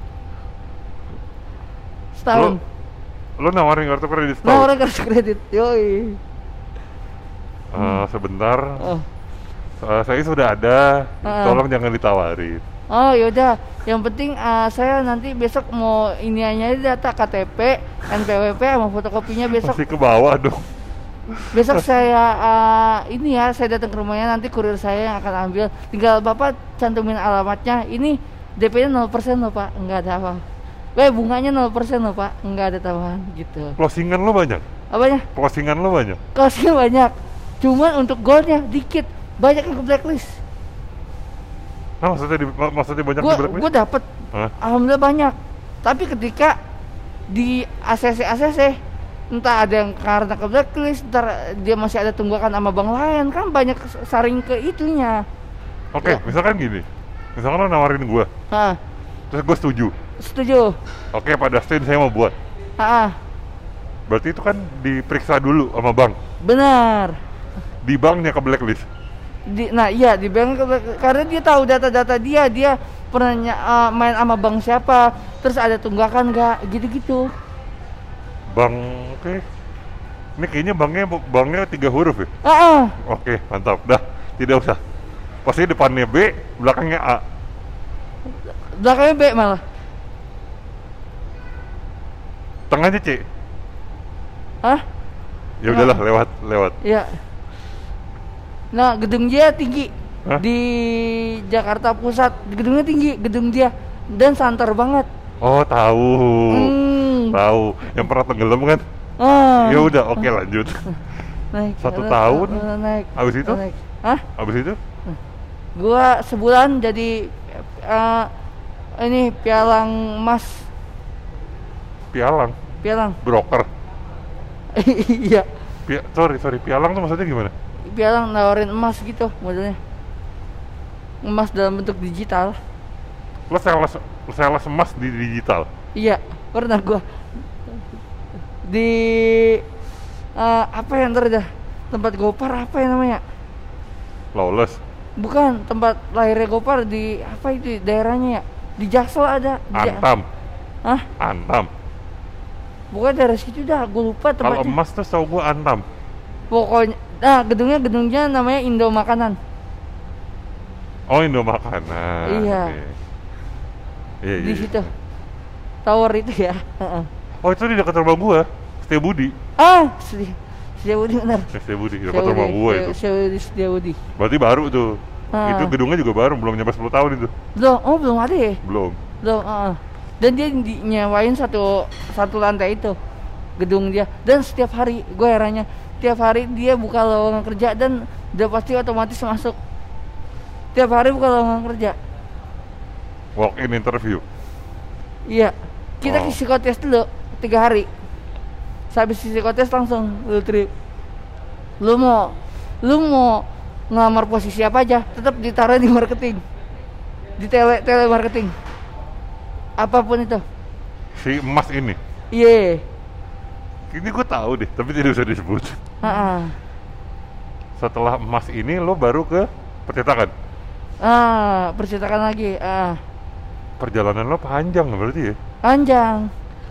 Speaker 2: setahun.
Speaker 1: Lo nawarin kartu kredit
Speaker 2: Nah
Speaker 1: setahun?
Speaker 2: orang kartu kredit, yoi.
Speaker 1: Eh, sebentar.
Speaker 2: Oh.
Speaker 1: Eh, saya sudah ada.
Speaker 2: Ah.
Speaker 1: Tolong jangan ditawarin.
Speaker 2: Oh yaudah, yang penting uh, saya nanti besok mau iniannya data K T P, N P W P sama fotokopinya besok.
Speaker 1: Masih ke bawah dong.
Speaker 2: Besok saya uh, ini ya, saya datang ke rumahnya, nanti kurir saya yang akan ambil. Tinggal Bapak cantumin alamatnya. Ini D P-nya nol persen loh Pak, enggak ada apa. Eh bunganya nol persen loh Pak, enggak ada tambahan gitu.
Speaker 1: Closingan lo banyak.
Speaker 2: Apanya?
Speaker 1: Closingan lo banyak.
Speaker 2: Kosnya banyak. Cuman untuk goldnya dikit, banyak yang ke blacklist.
Speaker 1: Nah, maksudnya di, mak- maksudnya banyak
Speaker 2: Gua
Speaker 1: di blacklist?
Speaker 2: gua dapet,
Speaker 1: Hah?
Speaker 2: alhamdulillah banyak. Tapi ketika di A C C A C C entah ada yang karena ke blacklist, ntar dia masih ada tunggakan sama bank lain, kan banyak saring ke itunya.
Speaker 1: Oke,
Speaker 2: Ya.
Speaker 1: misalkan gini. Misalkan lo nawarin gua,
Speaker 2: Hah,
Speaker 1: terus gua setuju.
Speaker 2: setuju.
Speaker 1: Oke, Pak Dustin saya mau buat.
Speaker 2: Ah,
Speaker 1: Berarti itu kan diperiksa dulu sama bank.
Speaker 2: benar.
Speaker 1: Di banknya ke blacklist.
Speaker 2: Di, nah iya di bank ke- karena dia tahu data-data dia, dia pernah ny- uh, main sama bank siapa, terus ada tunggakan nggak, gitu-gitu.
Speaker 1: Bank, oke. Ini kayaknya banknya banknya tiga huruf ya.
Speaker 2: Ah, ah.
Speaker 1: Oke, mantap. Dah, tidak usah. Pasti depannya B, belakangnya A.
Speaker 2: Belakangnya B malah.
Speaker 1: Tengahnya C.
Speaker 2: Hah?
Speaker 1: Ya udahlah, lewat, lewat.
Speaker 2: Iya. Nah, gedung dia tinggi.
Speaker 1: Hah?
Speaker 2: Di Jakarta Pusat, gedungnya tinggi, gedung dia dan santer banget.
Speaker 1: Oh, tahu.
Speaker 2: Hmm.
Speaker 1: Tahu. Yang pernah tenggelam kan?
Speaker 2: Ah.
Speaker 1: Ya udah, oke lanjut.
Speaker 2: Naik.
Speaker 1: Satu
Speaker 2: naik,
Speaker 1: tahun.
Speaker 2: Naik.
Speaker 1: Habis itu?
Speaker 2: Naik. Hah?
Speaker 1: Habis itu?
Speaker 2: Gua sebulan jadi uh, ini pialang emas.
Speaker 1: Pialang.
Speaker 2: Pialang.
Speaker 1: Broker.
Speaker 2: Iya.
Speaker 1: Pia sorry, sorry. Pialang tuh maksudnya gimana?
Speaker 2: Pialang nawarin emas gitu modelnya. Emas dalam bentuk digital.
Speaker 1: Lo sales, sales emas di digital?
Speaker 2: Iya, pernah gua di uh, apa yang ntar dah tempat Gopar apa yang namanya?
Speaker 1: Lawless.
Speaker 2: Bukan, tempat lahirnya Gopar di apa itu daerahnya ya? Di Jaksel ada. Di Ja-
Speaker 1: Antam.
Speaker 2: Hah?
Speaker 1: Antam.
Speaker 2: Bukan daerah situ dah, gue lupa
Speaker 1: Kalau
Speaker 2: tempatnya.
Speaker 1: emas tuh tau gua Antam.
Speaker 2: Pokoknya, nah gedungnya gedungnya namanya Indo Makanan.
Speaker 1: Oh, Indo Makanan.
Speaker 2: Iya.
Speaker 1: Oke. Iya,
Speaker 2: Di
Speaker 1: iya,
Speaker 2: situ.
Speaker 1: iya.
Speaker 2: Tower itu ya. Heeh.
Speaker 1: Oh, itu di dekat rumah gua. Setiabudi.
Speaker 2: Ah, Setia Setiabudi benar.
Speaker 1: Setiabudi, dekat rumah gua itu.
Speaker 2: Setiabudi, Setiabudi.
Speaker 1: Berarti baru tuh.
Speaker 2: Ah.
Speaker 1: Itu gedungnya juga baru, belum nyampe sepuluh tahun itu.
Speaker 2: Belum, oh belum ada ya?
Speaker 1: Belum.
Speaker 2: Belum, heeh. Dan dia di- nyewain satu satu lantai itu gedung dia. Dan setiap hari, gue herannya, tiap hari dia buka lowongan kerja dan udah pasti otomatis masuk. Tiap hari buka lowongan kerja.
Speaker 1: Walk in interview.
Speaker 2: Iya. Kita
Speaker 1: Oh.
Speaker 2: psikotes dulu tiga hari. Habis psikotes langsung lu trip. Lu mau lu mau ngelamar posisi apa aja, tetap ditaruh di marketing. Di tele telemarketing. Apapun itu.
Speaker 1: Si emas ini.
Speaker 2: Iya.
Speaker 1: Ini gue tahu deh, tapi tidak usah disebut.
Speaker 2: Heeh.
Speaker 1: Setelah emas ini lo baru ke percetakan.
Speaker 2: Ah, percetakan lagi. Ah,
Speaker 1: Perjalanan lo panjang berarti ya?
Speaker 2: panjang.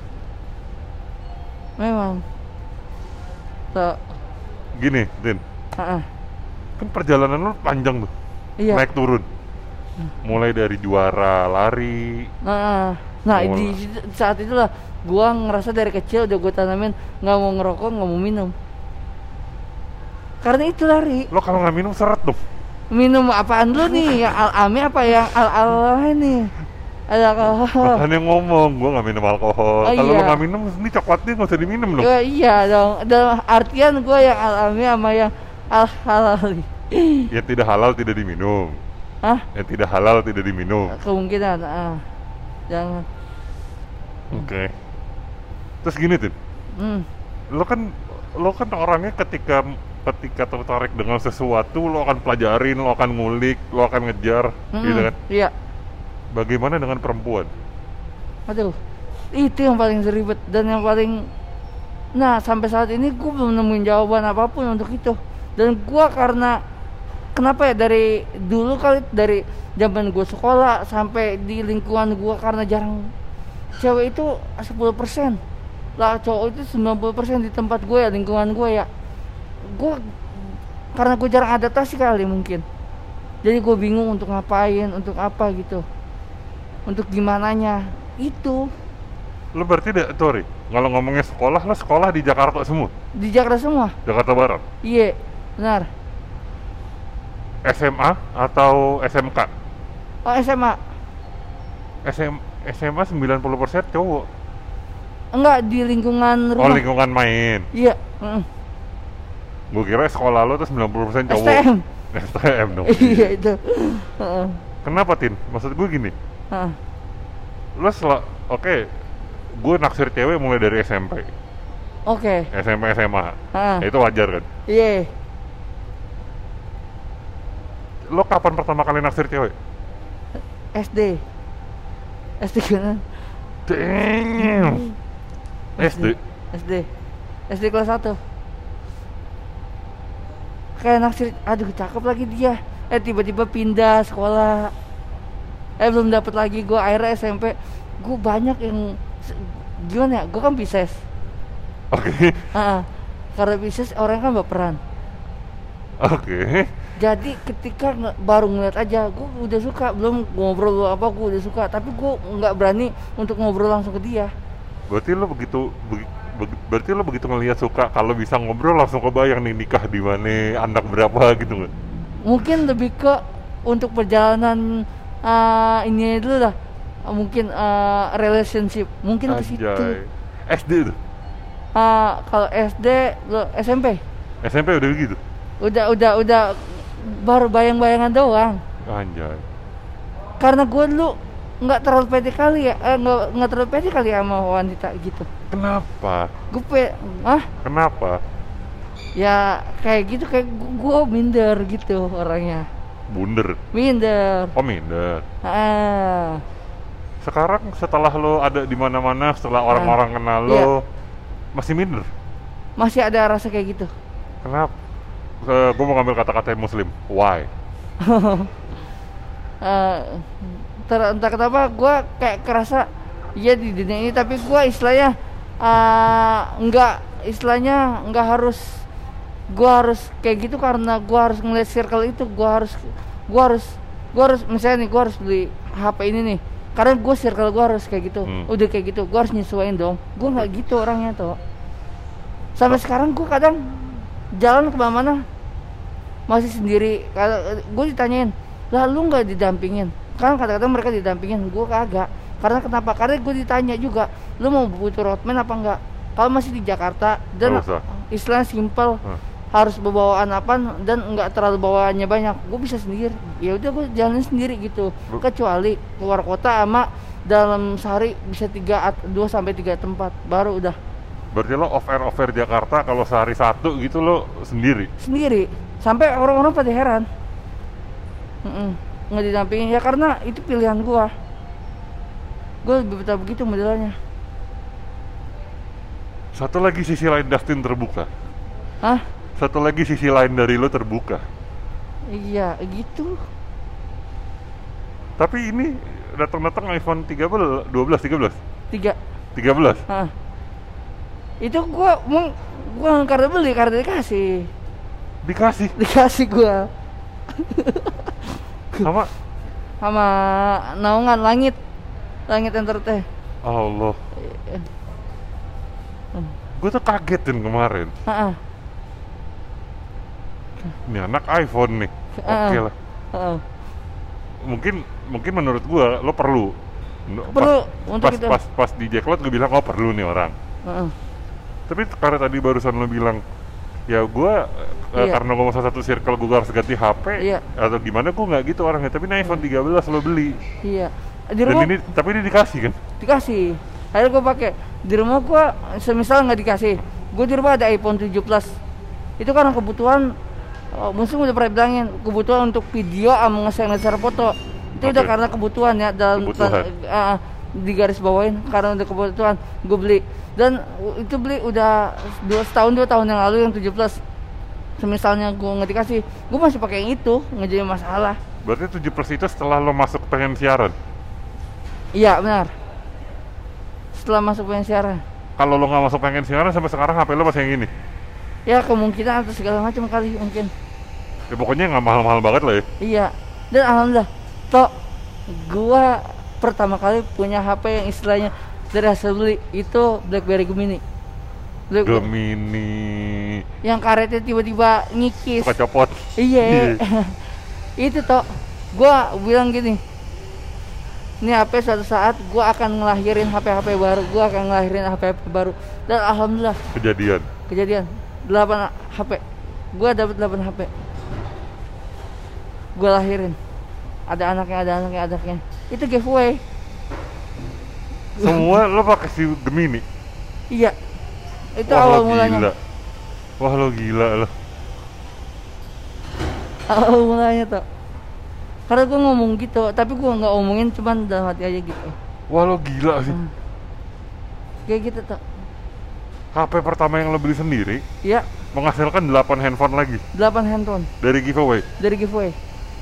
Speaker 2: Memang. Tuh.
Speaker 1: Gini, Din.
Speaker 2: Heeh.
Speaker 1: Kan perjalanan lo panjang tuh.
Speaker 2: Iya.
Speaker 1: Naik turun. Mulai dari juara lari.
Speaker 2: Nah, nah
Speaker 1: Oh.
Speaker 2: di situ- saat itulah gua ngerasa dari kecil udah gua tanamin nggak mau ngerokok, nggak mau minum. Karena itu lari.
Speaker 1: Lo kalau nggak minum seret dong.
Speaker 2: Minum apaan dulu nih? Yang al-ami apa yang al-al ini? Ada alkohol.
Speaker 1: Makanya ngomong, gue nggak minum alkohol.
Speaker 2: Oh,
Speaker 1: Kalau lo
Speaker 2: iya.
Speaker 1: nggak minum, ini coklatnya nggak usah diminum dong.
Speaker 2: Ya, iya dong. Dalam artian gua yang al-ami sama yang al-halali.
Speaker 1: Yang tidak halal tidak diminum.
Speaker 2: Hah?
Speaker 1: Yang tidak halal tidak diminum.
Speaker 2: Kemungkinan. Ah. Jangan.
Speaker 1: Oke. Terus gini tuh,
Speaker 2: Hmm.
Speaker 1: lo kan lo kan orangnya ketika ketika tertarik dengan sesuatu lo akan pelajarin, lo akan ngulik, lo akan ngejar,
Speaker 2: Mm-mm.
Speaker 1: gitu kan.
Speaker 2: Iya.
Speaker 1: Bagaimana dengan perempuan?
Speaker 2: Aduh, itu yang paling ribet dan yang paling, nah sampai saat ini gue belum nemuin jawaban apapun untuk itu. Dan gue karena kenapa ya, dari dulu kali, dari zaman gue sekolah sampai di lingkungan gue, karena jarang cewek itu sepuluh persen lah, cowok itu sembilan puluh persen di tempat gue ya, lingkungan gue ya. Gue karena gue jarang adaptasi kali mungkin, jadi gue bingung untuk ngapain, untuk apa gitu, untuk gimananya itu.
Speaker 1: Lo berarti deh, sorry, kalau ngomongnya sekolah, lo sekolah di Jakarta semua?
Speaker 2: Di Jakarta semua.
Speaker 1: Jakarta Barat?
Speaker 2: Iya, benar.
Speaker 1: S M A atau S M K?
Speaker 2: Oh, S M A.
Speaker 1: S M, S M A sembilan puluh persen cowok.
Speaker 2: Enggak, di lingkungan
Speaker 1: Oh,
Speaker 2: rumah.
Speaker 1: lingkungan main.
Speaker 2: Iya, mm.
Speaker 1: Gue kira sekolah lo tuh sembilan puluh persen cowok.
Speaker 2: S T M.
Speaker 1: S T M dong.
Speaker 2: Iya itu. Heeh.
Speaker 1: Kenapa, Tin? Maksud gue gini,
Speaker 2: Heeh.
Speaker 1: lo sel oke, gue naksir cewek mulai dari S M P,
Speaker 2: Oke.
Speaker 1: S M P, S M A.
Speaker 2: Heeh.
Speaker 1: Itu wajar kan?
Speaker 2: Iya.
Speaker 1: Lo kapan pertama kali naksir cewek?
Speaker 2: S D. S D kan?
Speaker 1: Damn. S D.
Speaker 2: S D. S D kelas satu. Kayak naksir, aduh cakep lagi dia. Eh tiba-tiba pindah sekolah. Eh belum dapet lagi, gue akhirnya S M P. Gue banyak yang gimana ya? Gue kan Pisces.
Speaker 1: Oke.
Speaker 2: Heeh. Karena Pisces orang kan baperan.
Speaker 1: Oke.
Speaker 2: Jadi ketika nge- baru ngeliat aja, gue udah suka, belum ngobrol belum apa, gue udah suka. Tapi gue nggak berani untuk ngobrol langsung ke dia.
Speaker 1: Berarti lo begitu begi- begi- berarti lo begitu ngelihat suka, kalau bisa ngobrol langsung kebayang nih nikah di mana, anak berapa gitu nggak?
Speaker 2: mungkin lebih ke untuk perjalanan uh, ini dulu lah. Uh, mungkin uh, relationship, mungkin ke situ.
Speaker 1: Anjay. S D tuh?
Speaker 2: Uh, kalau S D, lo S M P.
Speaker 1: S M P udah begitu?
Speaker 2: Udah, udah, udah baru bayang-bayangan doang.
Speaker 1: Anjay.
Speaker 2: Karena gue dulu nggak terlalu pede kali ya, eh, nggak nggak terlalu pede kali ya sama wanita gitu.
Speaker 1: Kenapa?
Speaker 2: Gue pe, ah?
Speaker 1: Kenapa?
Speaker 2: Ya kayak gitu, kayak gue minder gitu orangnya.
Speaker 1: Bunder?
Speaker 2: Minder.
Speaker 1: Oh minder.
Speaker 2: Ah.
Speaker 1: Sekarang setelah lo ada di mana-mana, setelah orang-orang kenal lo,
Speaker 2: iya.
Speaker 1: masih minder?
Speaker 2: Masih ada rasa kayak gitu.
Speaker 1: Kenapa? Uh, gue mau ngambil kata-kata muslim. Why?
Speaker 2: uh, ter- entah kenapa gue kayak kerasa ya di dunia ini, tapi gue istilahnya uh, enggak, istilahnya enggak harus gue harus kayak gitu karena gue harus ngeliat circle itu. Gue harus gue harus gue harus misalnya nih, gue harus beli H P ini nih karena gue circle gue harus kayak gitu. hmm. Udah kayak gitu gue harus nyesuaiin dong. Gue nggak gitu orangnya tuh. Sampai sekarang gue kadang jalan kemana-mana masih sendiri. Kalau gue ditanyain, lah lu nggak didampingin? Kan kadang-kadang mereka didampingin, gue kagak. Karena kenapa? Karena gue ditanya juga, lu mau butuh roadman apa enggak? Kalau masih di Jakarta dan istilahnya simple, hmm. harus bawaan apa dan nggak terlalu bawaannya banyak, gue bisa sendiri. Ya udah gue jalan sendiri gitu. Bu. Kecuali keluar kota sama dalam sehari bisa tiga dua sampai tiga tempat baru udah.
Speaker 1: Berarti lo off air off air Jakarta kalau sehari satu gitu lo sendiri? Sendiri.
Speaker 2: Sampai orang-orang pada heran. Mm-mm. Nggak didampingin ya karena itu pilihan gue. Gue lebih betah begitu modelnya.
Speaker 1: Satu lagi sisi lain Dustin terbuka.
Speaker 2: Hah?
Speaker 1: Satu lagi sisi lain dari lo terbuka.
Speaker 2: Iya, gitu.
Speaker 1: Tapi ini datang-datang iPhone tiga belas, dua belas, tiga belas?
Speaker 2: tiga.
Speaker 1: tiga belas?
Speaker 2: Hah. Itu gua mau gua karena beli, karena dikasih.
Speaker 1: Dikasih?
Speaker 2: Dikasih gua.
Speaker 1: Sama?
Speaker 2: Sama naungan langit. Langit Entertain.
Speaker 1: Allah. Hmm. Gue tuh kagetin kemarin.
Speaker 2: Heeh.
Speaker 1: Ini anak iPhone nih. Oke okay lah.
Speaker 2: Uh-uh.
Speaker 1: Mungkin mungkin menurut gua lo perlu.
Speaker 2: Perlu
Speaker 1: pas,
Speaker 2: untuk
Speaker 1: pas,
Speaker 2: itu.
Speaker 1: Pas pas di Jacklot gue bilang oh perlu nih orang.
Speaker 2: Uh-uh.
Speaker 1: Tapi karena tadi barusan lo bilang ya gua iya. uh, karena gua salah satu circle gua harus ganti H P
Speaker 2: iya.
Speaker 1: atau gimana gua nggak gitu orangnya. Tapi ini iPhone tiga belas lo beli.
Speaker 2: Iya.
Speaker 1: Di rumah, Dan ini tapi ini dikasih kan?
Speaker 2: Dikasih. Akhirnya gua pakai. Di rumah gua semisal nggak dikasih, gua di rumah ada iPhone tujuh plus. Itu karena kebutuhan. Oh, musuh udah pernah bilangin kebutuhan untuk video sama nge-share foto itu okay. Udah karena kebutuhan ya dalam kebutuhan. Uh, di garis bawain karena udah kebutuhan gue beli dan uh, itu beli udah dua setahun dua tahun yang lalu yang tujuh plus. Semisalnya gue nggak dikasih, gue masih pakai yang itu nggak jadi masalah.
Speaker 1: Berarti tujuh plus itu setelah lo masuk pengen siaran?
Speaker 2: Iya benar. Setelah masuk pengen siaran.
Speaker 1: Kalau lo nggak masuk pengen siaran sampai sekarang H P lo masih yang ini?
Speaker 2: Ya kemungkinan atau segala macam kali mungkin.
Speaker 1: Ya pokoknya nggak mahal-mahal banget lah ya.
Speaker 2: Iya. Dan alhamdulillah, toh gua pertama kali punya H P yang istilahnya dari hasil beli itu BlackBerry Gemini.
Speaker 1: Blackberry. Gemini.
Speaker 2: Yang karetnya tiba-tiba ngikis.
Speaker 1: Suka copot.
Speaker 2: Iya. Itu toh, gua bilang gini. Ini H P suatu saat gua akan ngelahirin H P-H P baru, gua akan ngelahirin H P-H P baru. Dan alhamdulillah.
Speaker 1: Kejadian.
Speaker 2: Kejadian. delapan H P. Gua dapat delapan H P. Gue lahirin, ada anaknya, ada anaknya, anaknya. Itu giveaway.
Speaker 1: Semua lo pakai si Gemini?
Speaker 2: Iya. Itu
Speaker 1: Wah,
Speaker 2: awal
Speaker 1: lo
Speaker 2: mulanya.
Speaker 1: Gila. Wah lo gila lo.
Speaker 2: Awal mulanya tuh. Karena gue ngomong gitu, tapi gue nggak ngomongin, cuman dalam hati aja gitu.
Speaker 1: Wah lo gila sih. Hmm.
Speaker 2: Kayak gitu tuh.
Speaker 1: H P pertama yang lo beli sendiri?
Speaker 2: Iya.
Speaker 1: Menghasilkan delapan handphone lagi?
Speaker 2: delapan handphone.
Speaker 1: Dari giveaway?
Speaker 2: Dari giveaway.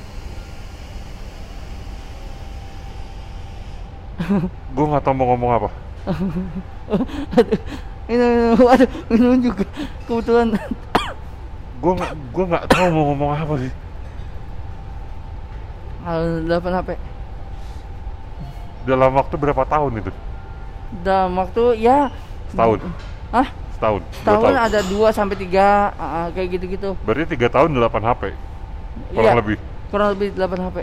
Speaker 1: Gue nggak tahu mau ngomong apa.
Speaker 2: Aduh, ini, aduh, minum juga kebetulan.
Speaker 1: Gue nggak, gue nggak tahu mau ngomong apa sih.
Speaker 2: delapan H P.
Speaker 1: Dalam waktu berapa tahun itu?
Speaker 2: Dalam waktu ya.
Speaker 1: Setahun.
Speaker 2: Hah?
Speaker 1: Setahun.
Speaker 2: Setahun ada dua sampai tiga, uh, kayak gitu-gitu.
Speaker 1: Berarti tiga tahun delapan H P. kurang
Speaker 2: Iya,
Speaker 1: lebih.
Speaker 2: kurang lebih delapan H P.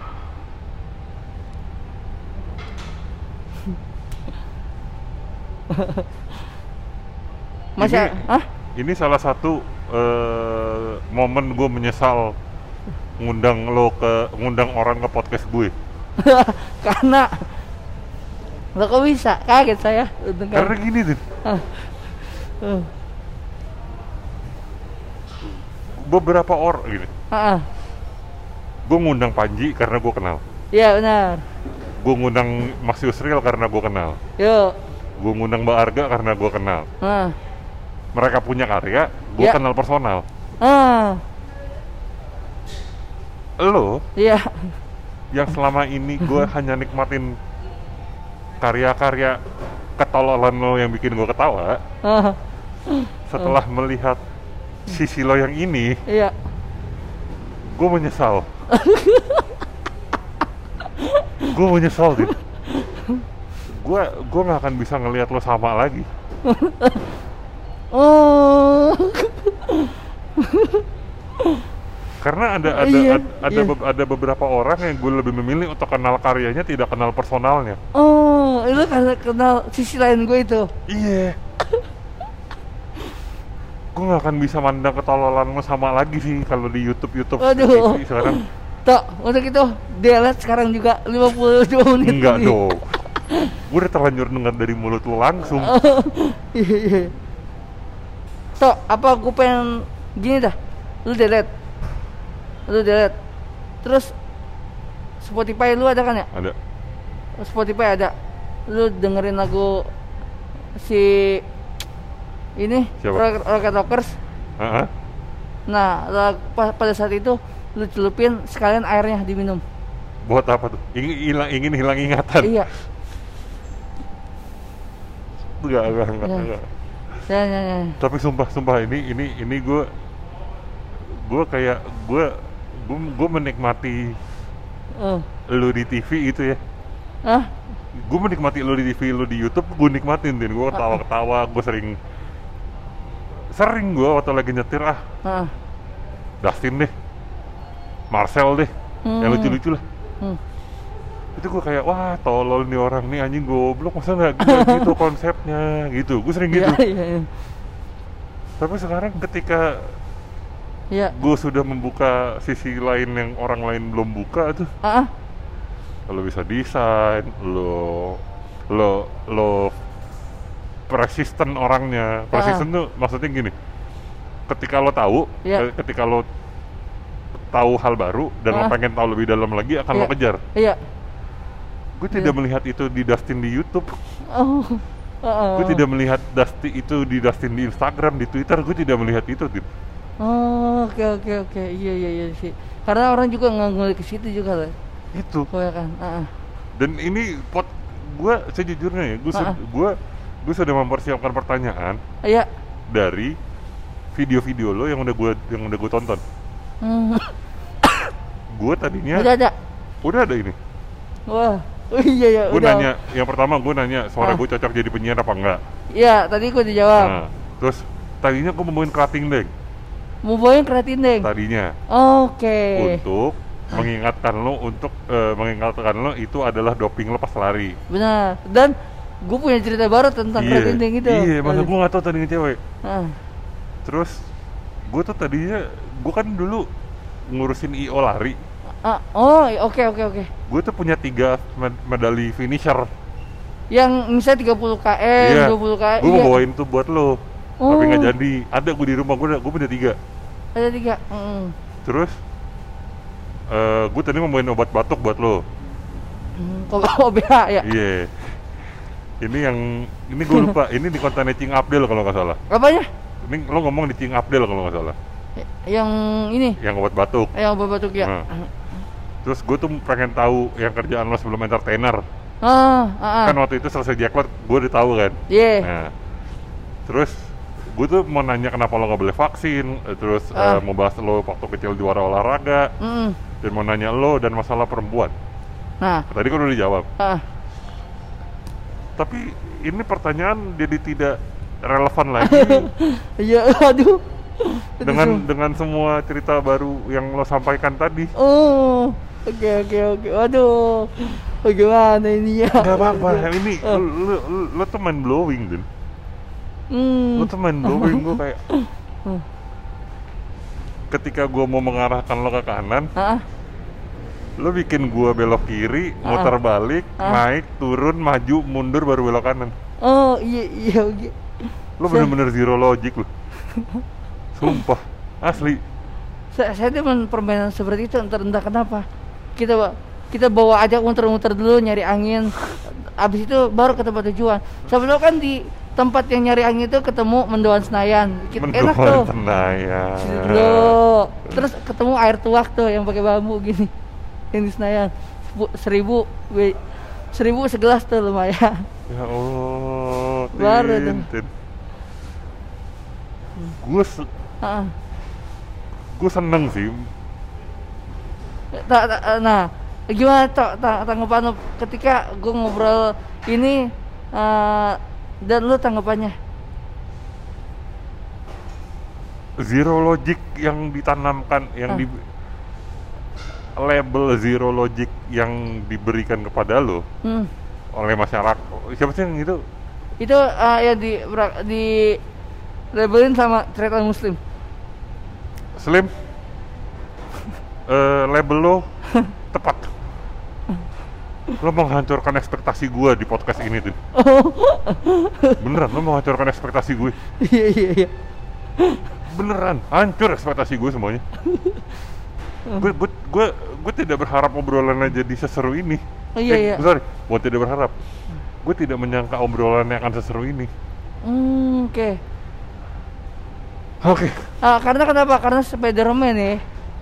Speaker 2: Masih,
Speaker 1: Ini-
Speaker 2: ah?
Speaker 1: Ini salah satu eh, momen gue menyesal ngundang lo ke ngundang orang ke podcast gue.
Speaker 2: Karena lo kok bisa? Kaget saya. Dengar.
Speaker 1: Karena gini tuh,
Speaker 2: Ah. Uh.
Speaker 1: beberapa orang gini.
Speaker 2: Ah, ah.
Speaker 1: Gue ngundang Panji karena gue kenal.
Speaker 2: Iya benar.
Speaker 1: Gue ngundang Mas Yusril karena gue kenal.
Speaker 2: Yuk.
Speaker 1: Gue ngundang Mbak Arga karena gue kenal.
Speaker 2: Ah.
Speaker 1: Mereka punya karya, gue
Speaker 2: Ya.
Speaker 1: kenal personal.
Speaker 2: Ah.
Speaker 1: Lo
Speaker 2: Iya.
Speaker 1: yang selama ini gue hanya nikmatin karya-karya ketololan lo yang bikin gue ketawa,
Speaker 2: Ah.
Speaker 1: setelah melihat sisi lo yang ini,
Speaker 2: Iya.
Speaker 1: gue menyesal. Gue menyesal, Din. Gue gue nggak akan bisa ngelihat lo sama lagi.
Speaker 2: Oh.
Speaker 1: Karena ada ada
Speaker 2: Iya,
Speaker 1: ad- ada
Speaker 2: iya.
Speaker 1: be- ada beberapa orang yang gue lebih memilih untuk kenal karyanya, tidak kenal personalnya.
Speaker 2: Oh, itu karena kenal sisi lain gue itu.
Speaker 1: Iya. Gue nggak akan bisa mandang ketololan lo sama lagi sih kalau di YouTube YouTube
Speaker 2: Aduh.
Speaker 1: T V sekarang.
Speaker 2: Tok, untuk itu delete sekarang juga lima puluh dua menit.
Speaker 1: Enggak
Speaker 2: ini.
Speaker 1: dong. Gue udah terlanjur dengar dari mulut lo langsung.
Speaker 2: Iya, iya. Tok, apa gue pengen gini dah. Lu delete. Lu delete. Terus Spotify lu ada kan ya?
Speaker 1: Ada.
Speaker 2: Spotify ada. Lu dengerin lagu si ini
Speaker 1: Siapa?
Speaker 2: Rocket Rocket Rockers.
Speaker 1: Heeh.
Speaker 2: Nah, lag- pa- pada saat itu lu celupin sekalian airnya diminum.
Speaker 1: Buat apa tuh? Ingin hilang ingin hilang ingatan.
Speaker 2: Iya.
Speaker 1: Enggak, enggak, enggak,
Speaker 2: Iya.
Speaker 1: enggak.
Speaker 2: Ya, ya, ya.
Speaker 1: Tapi sumpah, sumpah ini ini ini gue gue kayak gue gue gue menikmati
Speaker 2: Oh.
Speaker 1: lu di T V itu ya.
Speaker 2: Ah,
Speaker 1: Gue menikmati lu di T V, lu di YouTube, gue nikmatin, Din. Gue ketawa-ketawa, gue sering sering gue waktu lagi nyetir, ah
Speaker 2: ah.
Speaker 1: Dustin deh, Marcel deh, yang
Speaker 2: Hmm.
Speaker 1: lucu-lucu lah.
Speaker 2: Hmm.
Speaker 1: Itu gue kayak, wah tolol nih orang nih, anjing goblok, masa nggak nggak gitu konsepnya gitu. Gue sering gitu.
Speaker 2: Iya, iya, iya.
Speaker 1: Tapi sekarang ketika
Speaker 2: Iya.
Speaker 1: gue sudah membuka sisi lain yang orang lain belum buka tuh,
Speaker 2: Ah, ah.
Speaker 1: lo bisa desain, lo lo lo persisten orangnya. Persisten tuh maksudnya gini, ketika lo tahu,
Speaker 2: Iya.
Speaker 1: ke- ketika lo tahu hal baru dan lo
Speaker 2: Ah.
Speaker 1: pengen tahu lebih dalam lagi, akan lo
Speaker 2: Iya.
Speaker 1: kejar.
Speaker 2: Iya.
Speaker 1: Gue tidak
Speaker 2: Iya.
Speaker 1: melihat itu di Dustin di YouTube.
Speaker 2: Oh. Oh.
Speaker 1: Gue tidak melihat Dustin itu di Dustin di Instagram, di Twitter. Gue tidak melihat itu, Din.
Speaker 2: Oh, oke oke oke. Iya iya iya sih. Karena orang juga nggak ngeliat ke situ juga lah.
Speaker 1: Itu.
Speaker 2: Oh ya kan. Ah, ah.
Speaker 1: Dan ini pot gue sejujurnya ya, gue
Speaker 2: Ah, ah.
Speaker 1: gue gue sudah mempersiapkan pertanyaan
Speaker 2: Iya.
Speaker 1: dari video-video lo yang udah gue yang udah gue tonton.
Speaker 2: Hmm.
Speaker 1: Gue tadinya
Speaker 2: Udah ada.
Speaker 1: udah ada ini.
Speaker 2: Wah. Oh, iya ya.
Speaker 1: Gue
Speaker 2: udah.
Speaker 1: nanya, yang pertama gue nanya suara
Speaker 2: Ah.
Speaker 1: gue cocok jadi penyiar apa enggak.
Speaker 2: Iya, tadi gue dijawab.
Speaker 1: Nah, terus tadinya gue mau bawain cutting deck
Speaker 2: Mau bawain keratin deng.
Speaker 1: tadinya
Speaker 2: Oke.
Speaker 1: untuk mengingatkan lo untuk eh, mengingatkan lo itu adalah doping lo pas lari.
Speaker 2: Benar. Dan gue punya cerita baru tentang keratin deng itu.
Speaker 1: Iya, masa gue nggak tahu tadinya cewek.
Speaker 2: Ah.
Speaker 1: Terus gue tuh tadinya gue kan dulu ngurusin I O lari.
Speaker 2: Ah, oh, oke oke oke.
Speaker 1: Gue tuh punya tiga med- medali finisher.
Speaker 2: Yang misalnya tiga puluh kilometer, dua puluh kilometer.
Speaker 1: Gue mau bawain tuh buat lo,
Speaker 2: Oh.
Speaker 1: tapi nggak jadi. Ada gue di rumah, gue gue punya tiga.
Speaker 2: Ada tiga. Mm.
Speaker 1: Terus eh gue tadi mau bawain obat batuk buat lo.
Speaker 2: Hmm, kok O B H ya?
Speaker 1: Iya. Ini yang ini gue lupa. Ini di kontennya Cing Abdel kalau nggak salah.
Speaker 2: Apanya?
Speaker 1: Ini lo ngomong di Cing Abdel kalau nggak salah.
Speaker 2: Yang ini,
Speaker 1: Yang obat batuk.
Speaker 2: yang obat batuk ya.
Speaker 1: Nah. Terus gue tuh pengen tahu yang kerjaan lo sebelum entertainer.
Speaker 2: Ah, ah, ah.
Speaker 1: Kan waktu itu selesai jackpot, gue udah tahu kan.
Speaker 2: Iya.
Speaker 1: Nah, terus gue tuh mau nanya kenapa lo nggak boleh vaksin, eh, terus
Speaker 2: Ah.
Speaker 1: eh, mau bahas lo waktu kecil juara olahraga,
Speaker 2: Mm.
Speaker 1: dan mau nanya lo dan masalah perempuan.
Speaker 2: Nah,
Speaker 1: Tadi kan udah dijawab.
Speaker 2: ah.
Speaker 1: Tapi ini pertanyaan jadi tidak relevan lagi.
Speaker 2: Iya, aduh.
Speaker 1: dengan dengan semua cerita baru yang lo sampaikan tadi.
Speaker 2: Oh, oke oke oke. Waduh, bagaimana ini ya?
Speaker 1: Gak apa-apa, ini lo, lo, lo, lo tuh mind blowing, Din.
Speaker 2: Hmm.
Speaker 1: Lo tuh mind blowing, gue kayak ketika gue mau mengarahkan lo ke kanan,
Speaker 2: Ah,
Speaker 1: lo bikin gue belok kiri,
Speaker 2: Ah.
Speaker 1: muter balik,
Speaker 2: Ah.
Speaker 1: naik, turun, maju, mundur, baru belok kanan.
Speaker 2: oh iya iya oke.
Speaker 1: Lo
Speaker 2: Saya-
Speaker 1: bener-bener zero logic lo. Sumpah, asli.
Speaker 2: Saya, saya demen permainan seperti itu, entah, entah kenapa. Kita ba- kita bawa aja muter-muter dulu nyari angin. Abis itu baru ke tempat tujuan. Sebelum kan di tempat yang nyari angin itu ketemu Mendoan Senayan. Kita, enak tuh.
Speaker 1: Mendoan Senayan.
Speaker 2: Situ dulu. Terus ketemu air tuak tuh yang pakai bambu gini. Yang di Senayan. Sepu- Seribu, we- seribu segelas tuh lumayan.
Speaker 1: Ya Allah,
Speaker 2: Baru tuh.
Speaker 1: Tin, Tin. Gue se-
Speaker 2: Heeh.
Speaker 1: gue seneng sih.
Speaker 2: Ta- ta- Nah, gimana Tok, ta- tanggapan lu ketika gue ngobrol ini eh, dan lu tanggapannya?
Speaker 1: Zero logic yang ditanamkan, yang
Speaker 2: Ah.
Speaker 1: di label zero logic yang diberikan kepada lo
Speaker 2: Hmm.
Speaker 1: oleh masyarakat. Siapa sih yang itu?
Speaker 2: Itu eh, ya di bra- di labelin sama cerita Muslim.
Speaker 1: Slim, eh, label lo tepat. Lo menghancurkan ekspektasi gue di podcast ini tuh. Beneran, lo menghancurkan ekspektasi gue.
Speaker 2: Iya iya iya.
Speaker 1: Beneran, hancur ekspektasi gue semuanya. Gue gue gue gue tidak berharap obrolannya jadi seseru ini.
Speaker 2: Oh, iya,
Speaker 1: eh,
Speaker 2: iya.
Speaker 1: Sorry, gue tidak berharap. Gue tidak menyangka obrolannya akan seseru ini.
Speaker 2: Hmm, oke.
Speaker 1: Oke,
Speaker 2: Ah, karena kenapa? Karena Spider-Man ya.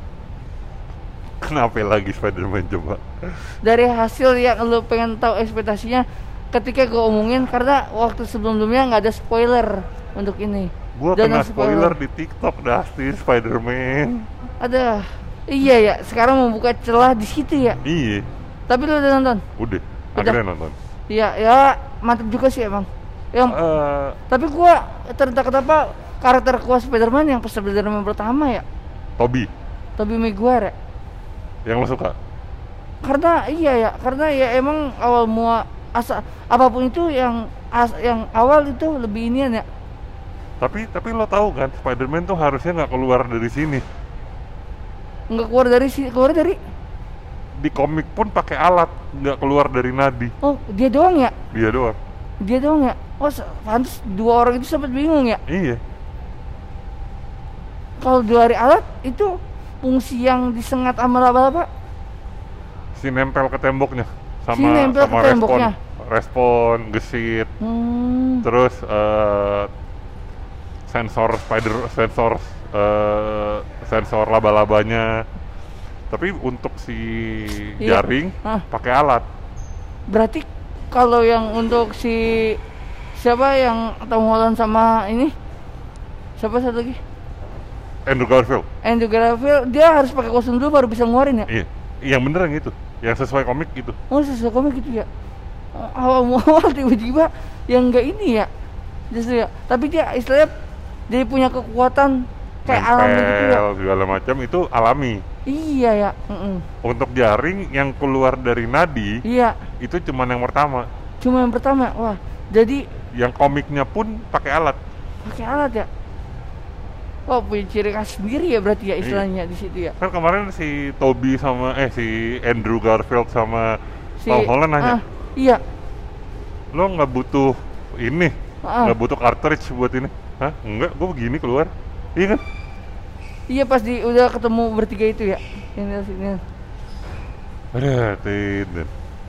Speaker 1: kenapa lagi Spider-Man coba?
Speaker 2: Dari hasil yang lu pengen tahu ekspektasinya ketika gue omongin, karena waktu sebelumnya nggak ada spoiler untuk ini.
Speaker 1: Gue
Speaker 2: Dan
Speaker 1: kena
Speaker 2: ada
Speaker 1: spoiler di TikTok Dusty Spider-Man.
Speaker 2: Ada. Iya ya, sekarang membuka celah di situ ya.
Speaker 1: Iya,
Speaker 2: Tapi lu udah nonton?
Speaker 1: udah,
Speaker 2: Udah.
Speaker 1: akhirnya nonton.
Speaker 2: Iya, ya mantep juga sih emang. Yang
Speaker 1: Eh,
Speaker 2: tapi gua ternyata kenapa karakter kuat Spider-Man yang pas Spider-Man pertama ya,
Speaker 1: Toby,
Speaker 2: Tobey Maguire ya.
Speaker 1: yang lo suka?
Speaker 2: Karena iya ya, karena ya emang awal mua asa apapun itu yang as, yang awal itu lebih inian ya.
Speaker 1: Tapi tapi lo tahu kan, Spider-Man tuh harusnya nggak keluar dari sini.
Speaker 2: Nggak keluar dari sini, keluar dari
Speaker 1: Di komik pun pakai alat, nggak keluar dari nadi.
Speaker 2: oh dia doang ya,
Speaker 1: Dia doang.
Speaker 2: dia doang ya. Oh se- pantes dua orang itu sempat bingung ya.
Speaker 1: Iya.
Speaker 2: Kalau dua hari alat itu fungsi yang disengat sama laba-laba.
Speaker 1: Si nempel ke temboknya sama
Speaker 2: Si nempel
Speaker 1: sama
Speaker 2: ke temboknya.
Speaker 1: respon, respon, gesit,
Speaker 2: Hmm.
Speaker 1: terus eh, sensor spider, sensor eh, sensor laba-labanya. Tapi untuk si
Speaker 2: Iya.
Speaker 1: jaring
Speaker 2: Ah.
Speaker 1: pakai alat.
Speaker 2: Berarti kalau yang untuk si siapa yang Tom Holland sama ini siapa satu lagi?
Speaker 1: Andrew Garfield.
Speaker 2: Andrew Garfield dia harus pakai kostum dulu baru bisa ngeluarin ya?
Speaker 1: Iya. Yang bener yang itu, yang sesuai komik itu.
Speaker 2: Oh sesuai komik gitu ya? Awal awal tiba-tiba yang enggak ini ya, justru ya. Tapi dia istilahnya dia punya kekuatan kayak alam gitu ya.
Speaker 1: Nempel, segala macam itu alami.
Speaker 2: Iya ya. Mm-mm.
Speaker 1: Untuk jaring yang keluar dari nadi
Speaker 2: Iya.
Speaker 1: itu cuma yang pertama.
Speaker 2: Cuma yang pertama, wah. Jadi
Speaker 1: Yang komiknya pun pakai alat.
Speaker 2: pakai alat ya. Wah punya ciri khas sendiri ya berarti ya istilahnya di situ ya.
Speaker 1: Kan kemarin si Toby sama eh si Andrew Garfield sama
Speaker 2: Si
Speaker 1: Tom Holland nanya,
Speaker 2: ah, iya.
Speaker 1: lo nggak butuh ini,
Speaker 2: Ah.
Speaker 1: nggak butuh cartridge buat ini? Hah? Enggak, gue begini keluar. Iya kan?
Speaker 2: Iya pas di udah ketemu bertiga itu ya. Ini sini.
Speaker 1: Ada, Tin.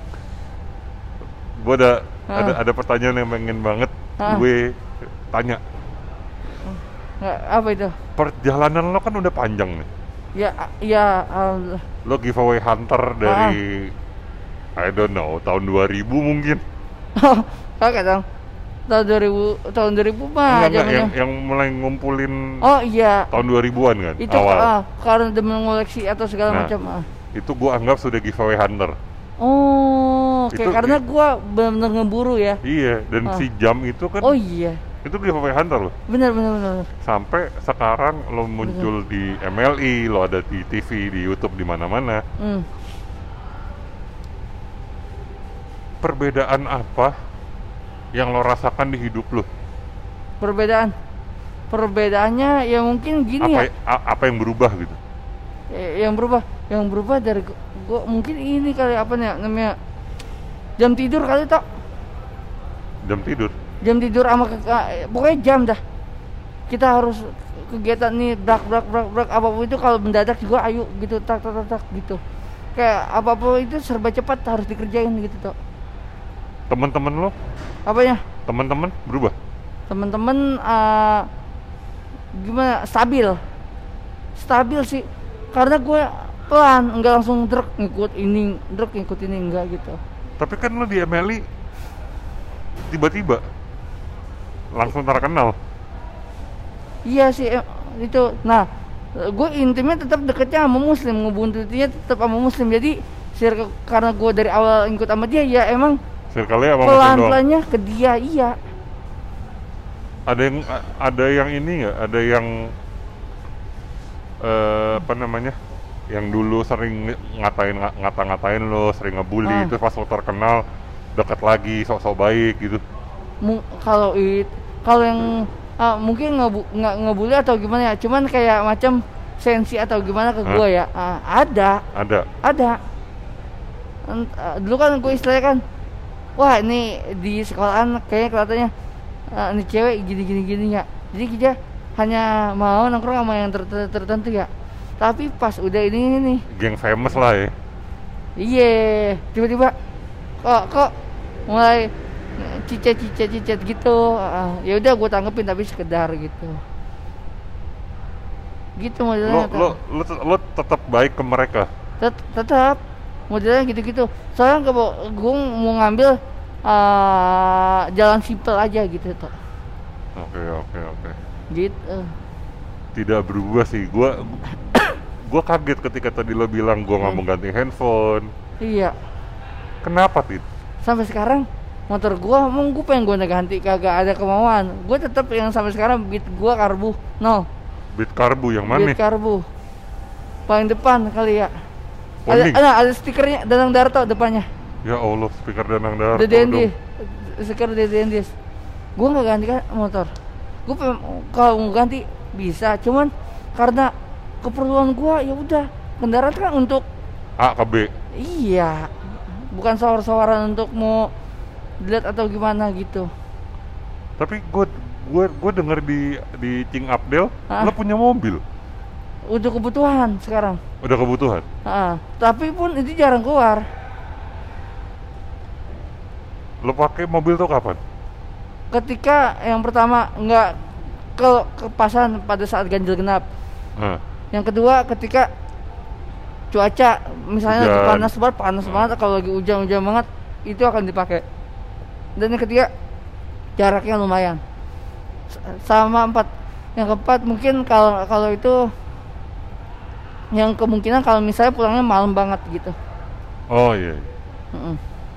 Speaker 1: Gue ada,
Speaker 2: Ah.
Speaker 1: ada ada pertanyaan yang pengen banget
Speaker 2: Ah.
Speaker 1: gue tanya.
Speaker 2: Nggak, apa itu?
Speaker 1: Perjalanan lo kan udah panjang nih.
Speaker 2: Ya ya alhamdulillah.
Speaker 1: Lo giveaway hunter dari I don't know tahun dua ribu mungkin.
Speaker 2: Kakak dong. Tahun dua ribu tahun dua ribu mah
Speaker 1: Enggak, enggak, yang,
Speaker 2: zamannya.
Speaker 1: yang mulai ngumpulin
Speaker 2: Oh iya.
Speaker 1: tahun dua ribuan kan
Speaker 2: Itu
Speaker 1: awal.
Speaker 2: ah, karena demen ngoleksi atau segala
Speaker 1: Nah.
Speaker 2: macam ah.
Speaker 1: Itu gue anggap sudah giveaway hunter.
Speaker 2: Oh, oke
Speaker 1: Itu-
Speaker 2: karena gua benar-benar ngeburu ya.
Speaker 1: Iya, dan
Speaker 2: Ah.
Speaker 1: si jam itu kan
Speaker 2: Oh iya.
Speaker 1: Itu giveaway hunter loh.
Speaker 2: Bener bener bener.
Speaker 1: Sampai sekarang lo muncul di M L I, lo ada di T V, di YouTube, di mana-mana.
Speaker 2: Hmm.
Speaker 1: Perbedaan apa yang lo rasakan di hidup lo?
Speaker 2: Perbedaan, perbedaannya ya mungkin gini
Speaker 1: Apa
Speaker 2: ya.
Speaker 1: a- apa yang berubah gitu?
Speaker 2: Eh, yang berubah, yang berubah dari gu- gua mungkin ini kali apa nih namanya jam tidur kali tak.
Speaker 1: Jam tidur.
Speaker 2: Jam tidur sama ke, ke- pokoknya jam dah. Kita harus kegiatan nih brak brak brak brak apapun itu kalau mendadak juga ayo gitu tak tak tak, tak gitu. Kayak apapun itu serba cepat harus dikerjain gitu toh.
Speaker 1: Teman-teman lo,
Speaker 2: Apanya?
Speaker 1: teman-teman berubah.
Speaker 2: Teman-teman eh, gimana? Stabil, stabil sih. Karena gue pelan, nggak langsung drek ngikut ini, drek ngikut ini enggak gitu.
Speaker 1: Tapi kan lo di M L I tiba-tiba langsung terkenal.
Speaker 2: Iya sih em- itu. Nah, gue intimnya tetap deketnya sama Muslim, ngebuntutinya tetap sama Muslim. Jadi circle- karena gue dari awal ikut sama dia, ya emang
Speaker 1: Circle-nya apa Muslim doang?
Speaker 2: pelan-pelannya ke dia, iya.
Speaker 1: Ada yang ada yang ini nggak? Ada yang eh, apa namanya? Yang dulu sering ngatain ngata-ngatain lo, sering ngebully,
Speaker 2: Ah.
Speaker 1: terus pas lo terkenal dekat lagi, sok-sok baik gitu.
Speaker 2: Mu- Kalau it, kalau yang ah, mungkin ngebu, nggak ngebully atau gimana ya, cuman kayak macam sensi atau gimana ke
Speaker 1: Hah?
Speaker 2: gue ya, ah, ada,
Speaker 1: Ada.
Speaker 2: ada. Ent- ah, dulu kan gue istilahnya kan, wah ini di sekolahan kayaknya kelihatannya ah, ini cewek gini gini gini ya, jadi kita hanya mau nongkrong sama yang ter- ter- tertentu ya. Tapi pas udah ini nih,
Speaker 1: Geng famous lah ya.
Speaker 2: iya, tiba-tiba kok kok mulai cicet cicet cicet gitu. Ah, ya udah gue tanggepin tapi sekedar gitu. Gitu
Speaker 1: Lo
Speaker 2: modelnya.
Speaker 1: lo lo, lo tetap baik ke mereka.
Speaker 2: Tet- tetap modelnya gitu-gitu. Soalnya gue mau ngambil ah, jalan simpel aja gitu tuh.
Speaker 1: Oke oke oke.
Speaker 2: Gitu.
Speaker 1: Tidak berubah sih. Gua gua kaget ketika tadi lo bilang gua nggak
Speaker 2: Hmm.
Speaker 1: mau ganti handphone.
Speaker 2: Iya.
Speaker 1: Kenapa Tit?
Speaker 2: Sampai sekarang motor gua mau gue pengen gue ganti kagak ada kemauan. Gue tetap yang sampai sekarang beat gua karbu nol.
Speaker 1: Beat karbu yang mana?
Speaker 2: Beat karbu paling depan kali ya. Ada,
Speaker 1: Ponding.
Speaker 2: ada, ada stikernya Danang Darto depannya.
Speaker 1: Ya Allah, speaker Danang Darto
Speaker 2: The Dandy.
Speaker 1: dong.
Speaker 2: Stiker The Dandy. Gue nggak ganti kan motor. Gue kalau mau ganti bisa, cuman karena keperluan gua ya udah kendaraan kan untuk
Speaker 1: A ke B.
Speaker 2: iya, bukan sawar-sawaran untuk mau dilihat atau gimana gitu.
Speaker 1: Tapi gue gue gue denger di di Cing Abdel,
Speaker 2: Hah?
Speaker 1: lo punya mobil.
Speaker 2: Untuk kebutuhan sekarang.
Speaker 1: Udah kebutuhan.
Speaker 2: Ah, tapi pun itu jarang keluar.
Speaker 1: Lo pakai mobil tuh kapan?
Speaker 2: Ketika yang pertama nggak ke kepasan pada saat ganjil genap.
Speaker 1: Nah,
Speaker 2: Yang kedua ketika cuaca misalnya lagi
Speaker 1: Hujan.
Speaker 2: panas banget, panas
Speaker 1: Hmm.
Speaker 2: banget, kalau lagi hujan-hujan banget itu akan dipakai. Dan yang ketiga jaraknya lumayan. S- Sama empat. Yang keempat mungkin kalau kalau itu yang kemungkinan kalau misalnya pulangnya malam banget gitu.
Speaker 1: oh iya. iya.
Speaker 2: Mm-mm.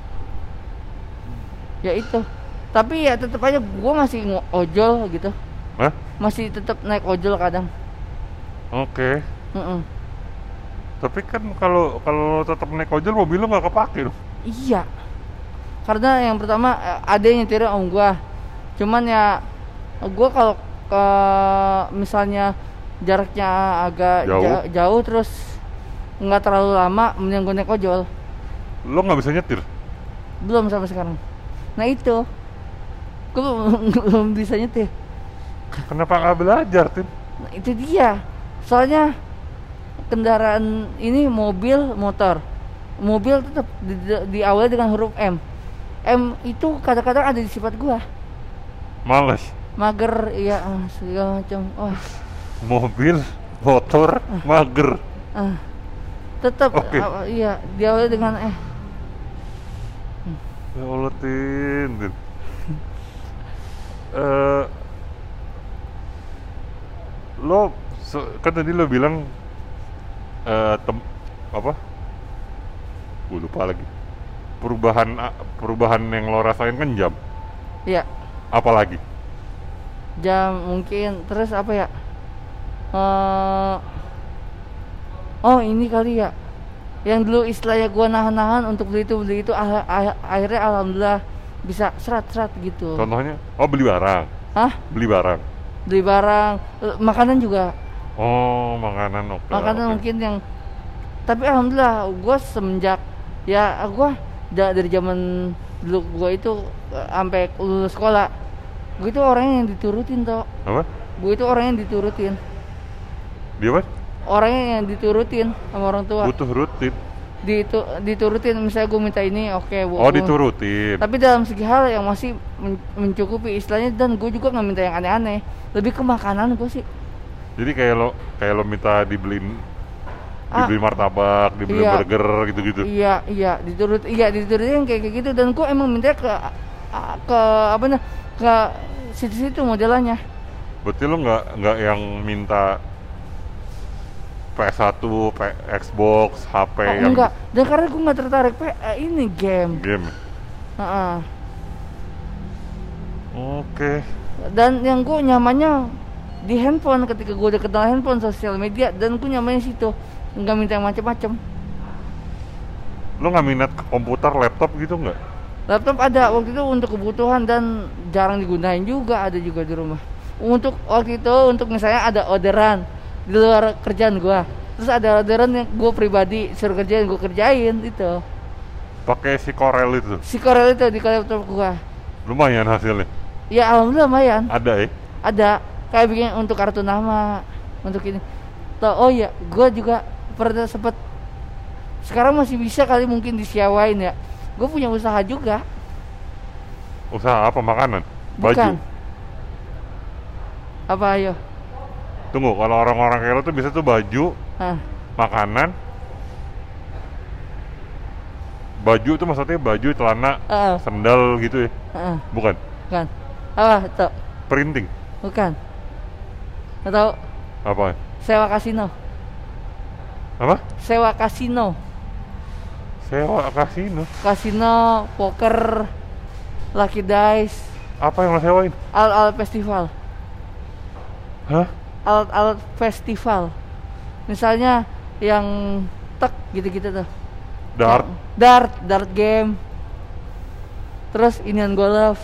Speaker 2: Ya itu. Tapi ya tetap aja gue masih ngo- ojol gitu.
Speaker 1: Hah?
Speaker 2: Masih tetap naik ojol kadang.
Speaker 1: Oke.
Speaker 2: Mm-mm.
Speaker 1: Tapi kan kalau kalau lo tetap naik ojol, mobil lo nggak kepake dong.
Speaker 2: Iya. Karena yang pertama eh, ada yang nyetirin om gua. Cuman ya gua kalau ke misalnya jaraknya agak
Speaker 1: Jauh.
Speaker 2: ja- jauh terus nggak terlalu lama mending gua naik ojol.
Speaker 1: Lo nggak bisa nyetir.
Speaker 2: Belum sampai sekarang. Nah itu. Gua belum, belum bisa nyetir.
Speaker 1: Kenapa nggak belajar, Tim?
Speaker 2: Nah, itu dia. Soalnya kendaraan ini mobil, motor. Mobil tetap di, di- diawali dengan huruf M. M itu kadang-kadang ada di sifat gua.
Speaker 1: Males.
Speaker 2: Mager, iya, ah, segala macam. Wah,
Speaker 1: Mobil, motor, mager.
Speaker 2: ah. Tetap
Speaker 1: Oke.
Speaker 2: ah, iya, diawali dengan eh.
Speaker 1: Ya Allah, Tin. Tin. Eh, lo se- kan tadi lo bilang eh tem apa? Gue lupa lagi. Perubahan a- perubahan yang lo rasain kan jam.
Speaker 2: Iya,
Speaker 1: Apalagi?
Speaker 2: jam mungkin. Terus apa ya, uh, oh ini kali ya, yang dulu istilahnya gue nahan-nahan untuk beli itu beli itu ah, ah, akhirnya alhamdulillah bisa serat-serat gitu.
Speaker 1: Contohnya, oh beli barang.
Speaker 2: Hah?
Speaker 1: Beli barang.
Speaker 2: Beli barang, eh, makanan juga.
Speaker 1: Oh, makanan oke.
Speaker 2: Makanan
Speaker 1: oke.
Speaker 2: mungkin yang, tapi alhamdulillah gue semenjak ya gue dari zaman dulu gue itu eh, sampai lulus sekolah, gue itu orang yang diturutin toh.
Speaker 1: Apa?
Speaker 2: Gue itu orang yang diturutin.
Speaker 1: Dia apa?
Speaker 2: Orangnya yang diturutin sama orang tua.
Speaker 1: Butuh rutin.
Speaker 2: Ditu, diturutin, misalnya gue minta ini, oke okay,
Speaker 1: Oh, diturutin.
Speaker 2: Tapi dalam segi hal yang masih men- mencukupi istilahnya, dan gue juga nggak minta yang aneh-aneh, lebih ke makanan gue sih.
Speaker 1: Jadi kayak lo kayak lo minta dibeliin
Speaker 2: Ah,
Speaker 1: dibeliin martabak, dibeliin
Speaker 2: iya.
Speaker 1: burger gitu-gitu.
Speaker 2: Iya, iya, diturut, iya diturutin kayak kayak gitu, dan gue emang minta ke ke apa nih, ke situ-situ modelannya.
Speaker 1: Berarti lo nggak nggak yang minta P S satu, P- Xbox, H P
Speaker 2: Oh,
Speaker 1: yang
Speaker 2: enggak, dan karena gue nggak tertarik pe eh, ini game.
Speaker 1: game.
Speaker 2: Heeh.
Speaker 1: Oke.
Speaker 2: Dan yang gue nyamannya di handphone, ketika gue udah kenal handphone, sosial media, dan gue nyamannya situ, nggak minta yang macam-macam.
Speaker 1: Lo nggak minat ke komputer, laptop gitu nggak?
Speaker 2: Laptop ada waktu itu untuk kebutuhan dan jarang digunain juga, ada juga di rumah. Untuk waktu itu untuk misalnya ada orderan di luar kerjaan gua, terus ada orderan yang gua pribadi suruh kerjain, gua kerjain itu.
Speaker 1: Pakai si Corel itu.
Speaker 2: Si Corel itu di laptop gua.
Speaker 1: Lumayan hasilnya.
Speaker 2: Ya alhamdulillah lumayan.
Speaker 1: Ada ya?
Speaker 2: Ada kayak bikin untuk kartu nama, untuk ini. Tuh, oh iya, gua juga pernah sempet, sekarang masih bisa kali mungkin disiawain ya. Gue punya usaha juga.
Speaker 1: Usaha apa? Makanan? Baju?
Speaker 2: Bukan. Apa ayo?
Speaker 1: Tunggu, kalau orang-orang kayak lo tuh bisa tuh baju,
Speaker 2: Hah.
Speaker 1: makanan. Baju tuh maksudnya baju, celana,
Speaker 2: Uh,
Speaker 1: sendal gitu ya?
Speaker 2: uh,
Speaker 1: Bukan?
Speaker 2: bukan. Apa? Tuh,
Speaker 1: Printing?
Speaker 2: bukan. Atau
Speaker 1: Apa?
Speaker 2: sewa kasino.
Speaker 1: Apa?
Speaker 2: Sewa kasino.
Speaker 1: Sewa kasino?
Speaker 2: Kasino, poker, lucky dice,
Speaker 1: Apa yang lo sewain?
Speaker 2: alat-alat festival.
Speaker 1: Hah?
Speaker 2: Alat-alat festival. Misalnya yang tek gitu-gitu tuh.
Speaker 1: Dart?
Speaker 2: Yang dart, dart game. Terus inian golf.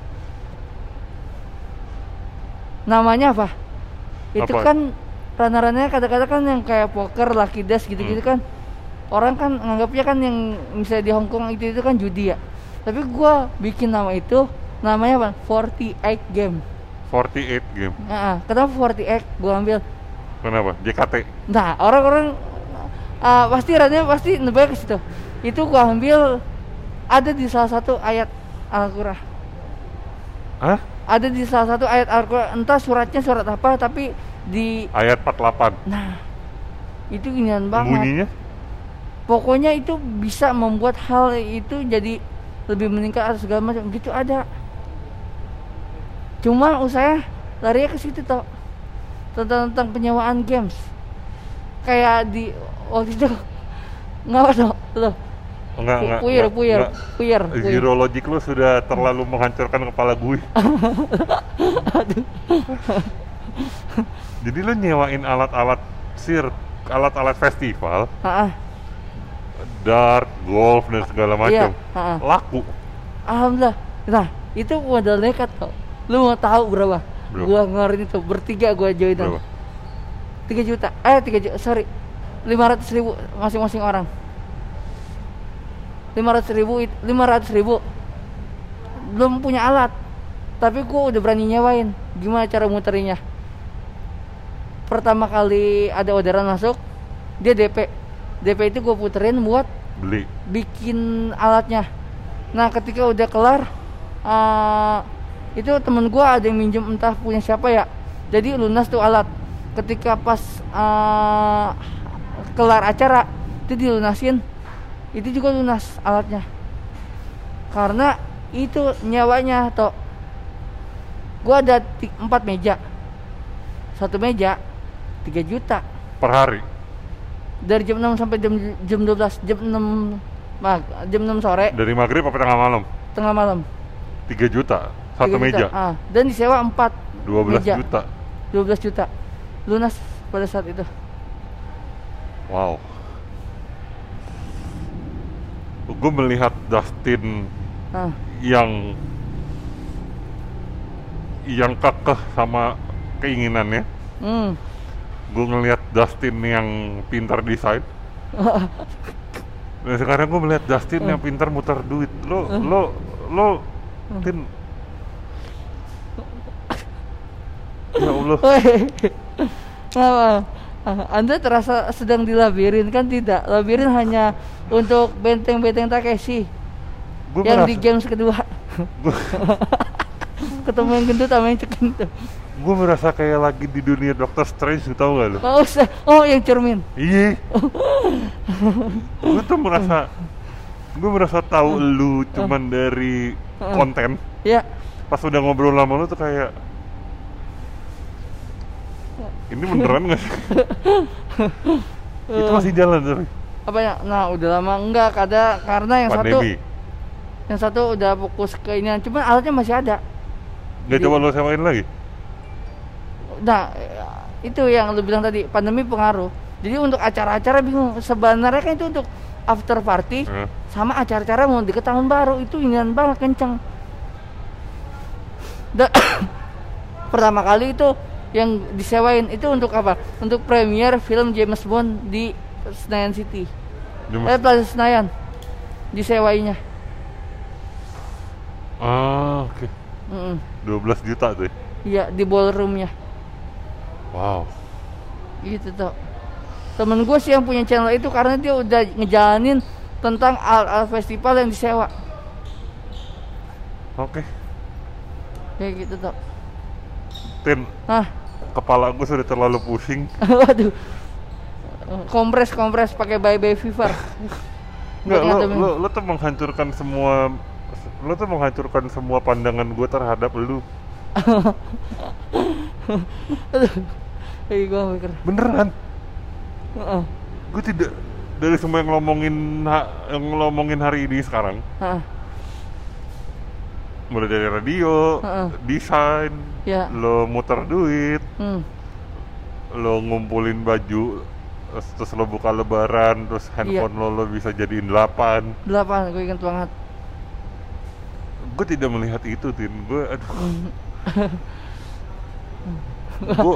Speaker 2: Namanya apa? Itu
Speaker 1: Apa?
Speaker 2: kan runner-runnernya kadang-kadang kan yang kayak poker, lucky dice gitu-gitu
Speaker 1: Hmm.
Speaker 2: kan. Orang kan nganggapnya kan yang misalnya di Hong Kong itu itu kan judi ya. Tapi gua bikin nama itu, namanya apa? forty-eight game.
Speaker 1: forty-eight game.
Speaker 2: Nah, kenapa forty-eight gua ambil?
Speaker 1: Kenapa? J K T?
Speaker 2: Nah, orang-orang uh, pasti runnya pasti nebak ke situ. Itu gua ambil ada di salah satu ayat Al-Qur'an.
Speaker 1: Hah?
Speaker 2: Ada di salah satu ayat Al-Qur'an, entah suratnya surat apa, tapi di
Speaker 1: Ayat empat puluh delapan.
Speaker 2: nah itu ginian banget.
Speaker 1: Bunyinya?
Speaker 2: Pokoknya itu bisa membuat hal itu jadi lebih meningkat atau segala macam gitu ada. Cuma usahanya larinya ke situ toh, tentang tentang penyewaan games. Kayak di waktu itu nggak apa toh lo.
Speaker 1: Enggak, enggak.
Speaker 2: Puyer,
Speaker 1: enggak,
Speaker 2: puyer,
Speaker 1: enggak.
Speaker 2: puyer, puyer.
Speaker 1: Zero logic lu sudah terlalu menghancurkan kepala gue. Jadi lu nyewain alat-alat sir, alat-alat festival,
Speaker 2: Ah,
Speaker 1: dart, golf dan segala macam.
Speaker 2: Iya, ha-ha.
Speaker 1: Laku.
Speaker 2: alhamdulillah. Nah, itu modal nekat toh. Lu mau tahu berapa?
Speaker 1: Berapa?
Speaker 2: Gua ngeluarin itu bertiga gua join.
Speaker 1: Berapa?
Speaker 2: tiga juta. Eh, tiga juta, sorry. lima ratus ribu masing-masing orang. lima ratus ribu, it- lima ratus ribu. Belum punya alat. Tapi gua udah berani nyewain. Gimana cara muterinya? Pertama kali ada orderan masuk, dia D P. D P itu gua puterin buat
Speaker 1: Beli.
Speaker 2: bikin alatnya. Nah, ketika udah kelar, uh, itu temen gua ada yang minjem entah punya siapa ya. Jadi lunas tuh alat. Ketika pas uh, kelar acara itu dilunasin, itu juga lunas alatnya. Karena itu nyawanya toh. Gua ada ti- empat meja. Satu meja tiga juta.
Speaker 1: Per hari.
Speaker 2: Dari jam enam sampai jam jam dua belas, jam enam mag, jam enam sore,
Speaker 1: Dari maghrib sampai tengah malam.
Speaker 2: tengah malam.
Speaker 1: tiga juta. Satu
Speaker 2: tiga juta.
Speaker 1: meja.
Speaker 2: Ah, dan disewa empat
Speaker 1: dua belas
Speaker 2: meja.
Speaker 1: juta.
Speaker 2: dua belas juta lunas pada saat itu.
Speaker 1: Wow. Gue melihat Dustin
Speaker 2: Ah.
Speaker 1: yang yang kekeh sama keinginannya.
Speaker 2: Hmm.
Speaker 1: Gue ngelihat Dustin yang pintar desain. Dan sekarang gue melihat Dustin yang pintar muter duit. Lo, lo, lo, Tin. Ya Allah.
Speaker 2: Apa? Anda terasa sedang di labirin kan? Tidak. Labirin hanya untuk benteng-benteng Takeshi.
Speaker 1: Gua
Speaker 2: yang
Speaker 1: merasa,
Speaker 2: di games kedua.
Speaker 1: gua,
Speaker 2: Ketemu yang gendut sama yang cekent tuh.
Speaker 1: gue merasa kayak lagi di dunia Doctor Strange, tau gak lo?
Speaker 2: Oh, usah. Oh, yang cermin.
Speaker 1: Iya. Gue tuh merasa, gue merasa tahu lu cuman dari konten.
Speaker 2: Ya.
Speaker 1: Pas udah ngobrol lama lu tuh kayak, ini beneran nggak sih? Itu masih jalan tapi.
Speaker 2: Apa ya? Nah, udah lama enggak ada karena yang
Speaker 1: Pandemi.
Speaker 2: satu yang satu udah fokus ke ini, cuman alatnya masih ada.
Speaker 1: Nggak coba lo sewain lagi?
Speaker 2: Nah, itu yang lu bilang tadi, pandemi pengaruh. Jadi untuk acara-acara bingung. Sebenarnya kan itu untuk after party
Speaker 1: Hmm.
Speaker 2: sama acara-acara mau deket tahun baru itu inian banget kenceng. Da- Pertama kali itu yang disewain itu untuk apa? Untuk premier film James Bond di Senayan City.
Speaker 1: James-
Speaker 2: Eh, Plaza Senayan. Disewainya.
Speaker 1: Ah, oke.
Speaker 2: Mm-mm.
Speaker 1: dua belas juta tuh.
Speaker 2: Iya, di ballroomnya.
Speaker 1: Wow.
Speaker 2: Gitu tuh. Temen gue sih yang punya channel itu karena dia udah ngejalanin tentang al-al festival yang disewa.
Speaker 1: Oke.
Speaker 2: Kayak gitu tuh.
Speaker 1: Tin,
Speaker 2: Hah.
Speaker 1: kepala gue sudah terlalu pusing.
Speaker 2: Waduh. Kompres kompres pakai bye bye fever.
Speaker 1: Nggak,
Speaker 2: Buat
Speaker 1: lo,
Speaker 2: ngademin.
Speaker 1: lo, lo tuh menghancurkan semua, lo tuh menghancurkan semua pandangan gue terhadap lu.
Speaker 2: Aduh. Kayak gue mikir.
Speaker 1: Beneran.
Speaker 2: Heeh.
Speaker 1: Gue tidak, dari semua yang ngomongin ha- yang ngomongin hari ini sekarang,
Speaker 2: Heeh.
Speaker 1: mulai dari radio,
Speaker 2: Heeh.
Speaker 1: desain,
Speaker 2: Ya.
Speaker 1: lo muter duit,
Speaker 2: Hmm.
Speaker 1: lo ngumpulin baju, terus, terus lo buka lebaran, terus handphone lo lo bisa jadiin delapan.
Speaker 2: Delapan, gue ingat banget.
Speaker 1: Gue tidak melihat itu, Tin. Gue, aduh. Gue,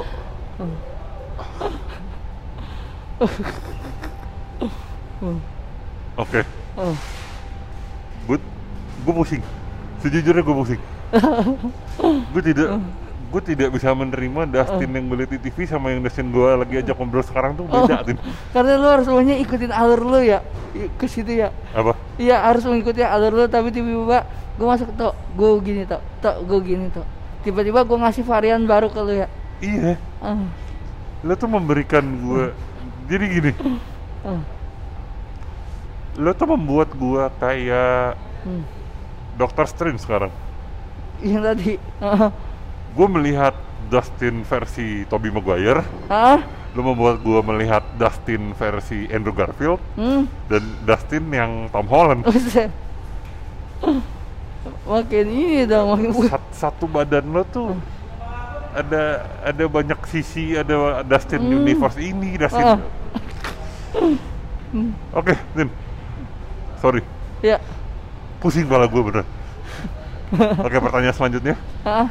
Speaker 1: oke,
Speaker 2: Oh.
Speaker 1: gue, gue pusing. Sejujurnya gue pusing. Gue tidak, gue tidak bisa menerima Dustin yang gue liat di T V sama yang Dustin gue lagi ajak ngobrol sekarang tuh
Speaker 2: Oh.
Speaker 1: beda, Tin.
Speaker 2: Karena lu harus semuanya ikutin alur lu ya. I- Ke situ ya.
Speaker 1: Apa?
Speaker 2: Iya, harus mengikuti alur lu, tapi tiba-tiba gue masuk tok, gue gini tok, tok gue gini tok. Tiba-tiba gue ngasih varian baru ke lu ya.
Speaker 1: Iya,
Speaker 2: Ah.
Speaker 1: lo tuh memberikan gue, jadi gini,
Speaker 2: Ah.
Speaker 1: lo tuh membuat gue kayak
Speaker 2: Hmm.
Speaker 1: Doctor Strange sekarang.
Speaker 2: Yang tadi. Ah.
Speaker 1: Gue melihat Dustin versi Tobey Maguire,
Speaker 2: Ah.
Speaker 1: lo membuat gue melihat Dustin versi Andrew Garfield,
Speaker 2: Hmm.
Speaker 1: dan Dustin yang Tom Holland.
Speaker 2: Buset. Makin ini dong, makin
Speaker 1: Sat- satu badan lo tuh ada ada banyak sisi, ada Dustin
Speaker 2: Hmm.
Speaker 1: universe ini, Dustin.
Speaker 2: Ah.
Speaker 1: Oke, Tin. Sorry,
Speaker 2: Ya.
Speaker 1: pusing kepala gue bener. Oke, pertanyaan selanjutnya.
Speaker 2: Ah.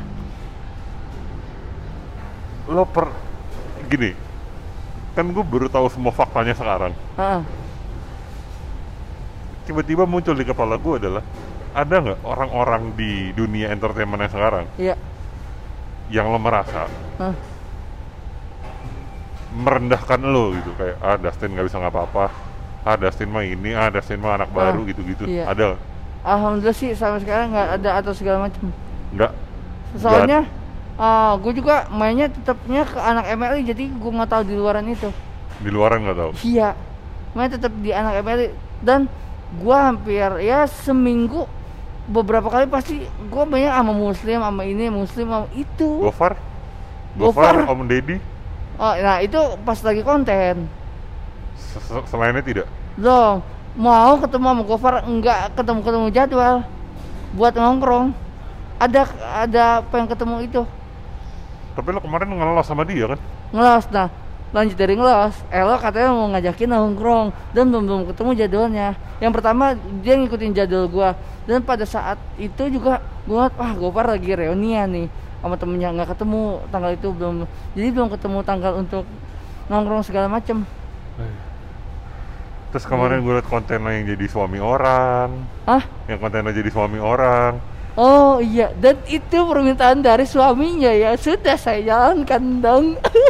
Speaker 1: Lo per gini, kan gue baru tahu semua faktanya sekarang.
Speaker 2: Ah.
Speaker 1: Tiba-tiba muncul di kepala gue adalah, ada nggak orang-orang di dunia entertainment yang sekarang
Speaker 2: Iya.
Speaker 1: yang lo merasa
Speaker 2: Ah.
Speaker 1: merendahkan lo gitu, kayak ah Dustin nggak bisa ngapa-apa, ah Dustin mah ini, ah Dustin mah anak baru,
Speaker 2: Ah,
Speaker 1: gitu-gitu.
Speaker 2: iya.
Speaker 1: Ada
Speaker 2: Alhamdulillah sih sampai sekarang nggak ada atau segala macam.
Speaker 1: nggak?
Speaker 2: Soalnya ah gue juga mainnya tetapnya ke anak M L I, jadi gue nggak tahu di luaran itu.
Speaker 1: Di luaran nggak tahu.
Speaker 2: Iya, main tetap di anak M L I, dan gue hampir ya seminggu beberapa kali pasti gue banyak sama muslim, sama ini muslim, sama itu.
Speaker 1: Gofar,
Speaker 2: Gofar.
Speaker 1: Gofar, Om Deddy,
Speaker 2: Oh, nah itu pas lagi konten.
Speaker 1: Se- selainnya tidak.
Speaker 2: Loh, mau ketemu sama Gofar enggak ketemu-ketemu jadwal buat nongkrong. Ada ada pengen ketemu itu.
Speaker 1: Tapi lo kemarin ngelos sama dia kan?
Speaker 2: Ngelos. Nah, lanjut dari ngelos, Elo katanya mau ngajakin nongkrong dan belum belum ketemu jadwalnya. Yang pertama dia ngikutin jadwal gua, dan pada saat itu juga gua wah Gopar lagi reunian nih sama temennya, nggak ketemu tanggal itu, belum, jadi belum ketemu tanggal untuk nongkrong segala macem.
Speaker 1: Terus kemarin gue liat konten lo yang jadi suami orang.
Speaker 2: Ah?
Speaker 1: Yang konten lo jadi suami orang.
Speaker 2: Oh iya, dan itu permintaan dari suaminya ya, sudah saya jalankan dong.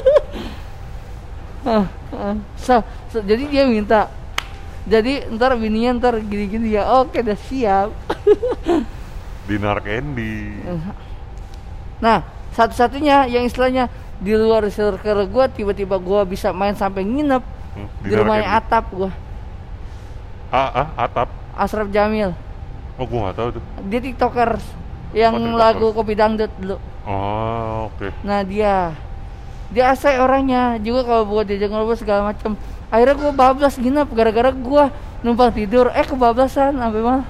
Speaker 2: ah, ah. So, so, jadi dia minta, jadi ntar bininya ntar gini-gini ya, oke udah siap.
Speaker 1: Dinar Candy.
Speaker 2: Nah, satu-satunya yang istilahnya di luar circle gue, tiba-tiba gue bisa main sampai nginep
Speaker 1: hmm,
Speaker 2: di rumahnya
Speaker 1: Candy.
Speaker 2: Atap gue.
Speaker 1: Ah, ah, Atap.
Speaker 2: Ashraf Jamil.
Speaker 1: Oh, gue nggak tahu tuh.
Speaker 2: Dia tiktokers yang
Speaker 1: Oh, TikTokers.
Speaker 2: lagu Kopi Dangdut dulu.
Speaker 1: Oh, oke. Okay.
Speaker 2: Nah dia, dia asik orangnya juga kalau buat diajak ngobrol segala macam. Akhirnya gue bablas nginep gara-gara gue numpang tidur, eh kebablasan sampai malah.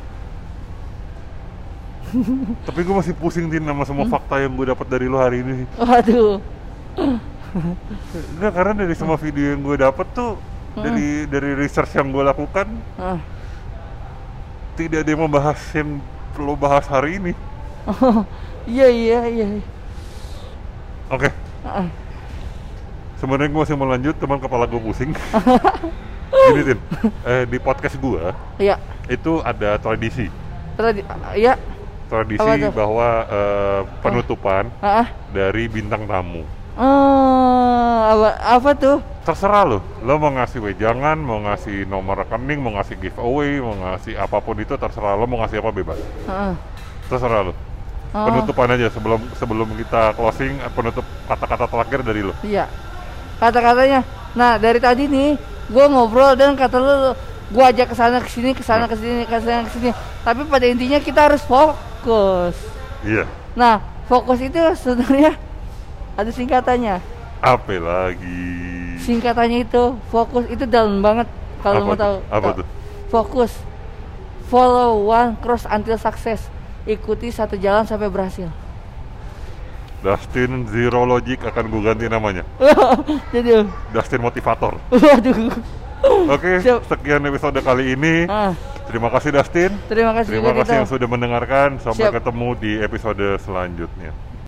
Speaker 1: Tapi gue masih pusing Tin sama semua hmm. fakta yang gue dapat dari lo hari ini.
Speaker 2: Waduh.
Speaker 1: Enggak, karena dari semua video yang gue dapat tuh hmm. dari dari research yang gue lakukan, hmm. tidak ada yang membahas yang lo bahas hari ini.
Speaker 2: Oh, iya iya iya.
Speaker 1: Oke. Okay.
Speaker 2: Uh.
Speaker 1: Sebenarnya gue masih mau lanjut, teman kepala gue pusing. Gini Tin, eh, di podcast gue,
Speaker 2: iya.
Speaker 1: Itu ada tradisi.
Speaker 2: Tradi, iya.
Speaker 1: Tradisi bahwa uh, penutupan
Speaker 2: uh. Uh.
Speaker 1: dari bintang tamu.
Speaker 2: Oh, apa, apa tuh?
Speaker 1: Terserah lo, lo mau ngasih wejangan, mau ngasih nomor rekening, mau ngasih giveaway, mau ngasih apapun itu terserah lo, mau ngasih apa bebas. Uh. Terserah lo. Oh. Penutupan aja sebelum sebelum kita closing, penutup kata-kata terakhir dari lo.
Speaker 2: Iya. Kata-katanya. Nah, dari tadi nih gue ngobrol dan kata lo, gue ajak ke sana ke sini, ke sana ke sini, ke sana ke sini. Tapi pada intinya kita harus fokus.
Speaker 1: Iya.
Speaker 2: Nah, fokus itu sebenarnya ada singkatannya.
Speaker 1: Apa lagi?
Speaker 2: Singkatannya itu fokus, itu dalam banget kalau mau tahu.
Speaker 1: Apa tuh?
Speaker 2: Fokus. Follow one course until success. Ikuti satu jalan sampai berhasil.
Speaker 1: Dustin Zero Logic akan gue ganti namanya.
Speaker 2: Jadi
Speaker 1: Dustin Motivator.
Speaker 2: Waduh.
Speaker 1: Oke, okay, sekian episode kali ini. Ah. Terima kasih Dustin.
Speaker 2: Terima kasih.
Speaker 1: Terima kasih
Speaker 2: kita.
Speaker 1: yang sudah mendengarkan. Sampai
Speaker 2: Siap.
Speaker 1: ketemu di episode selanjutnya.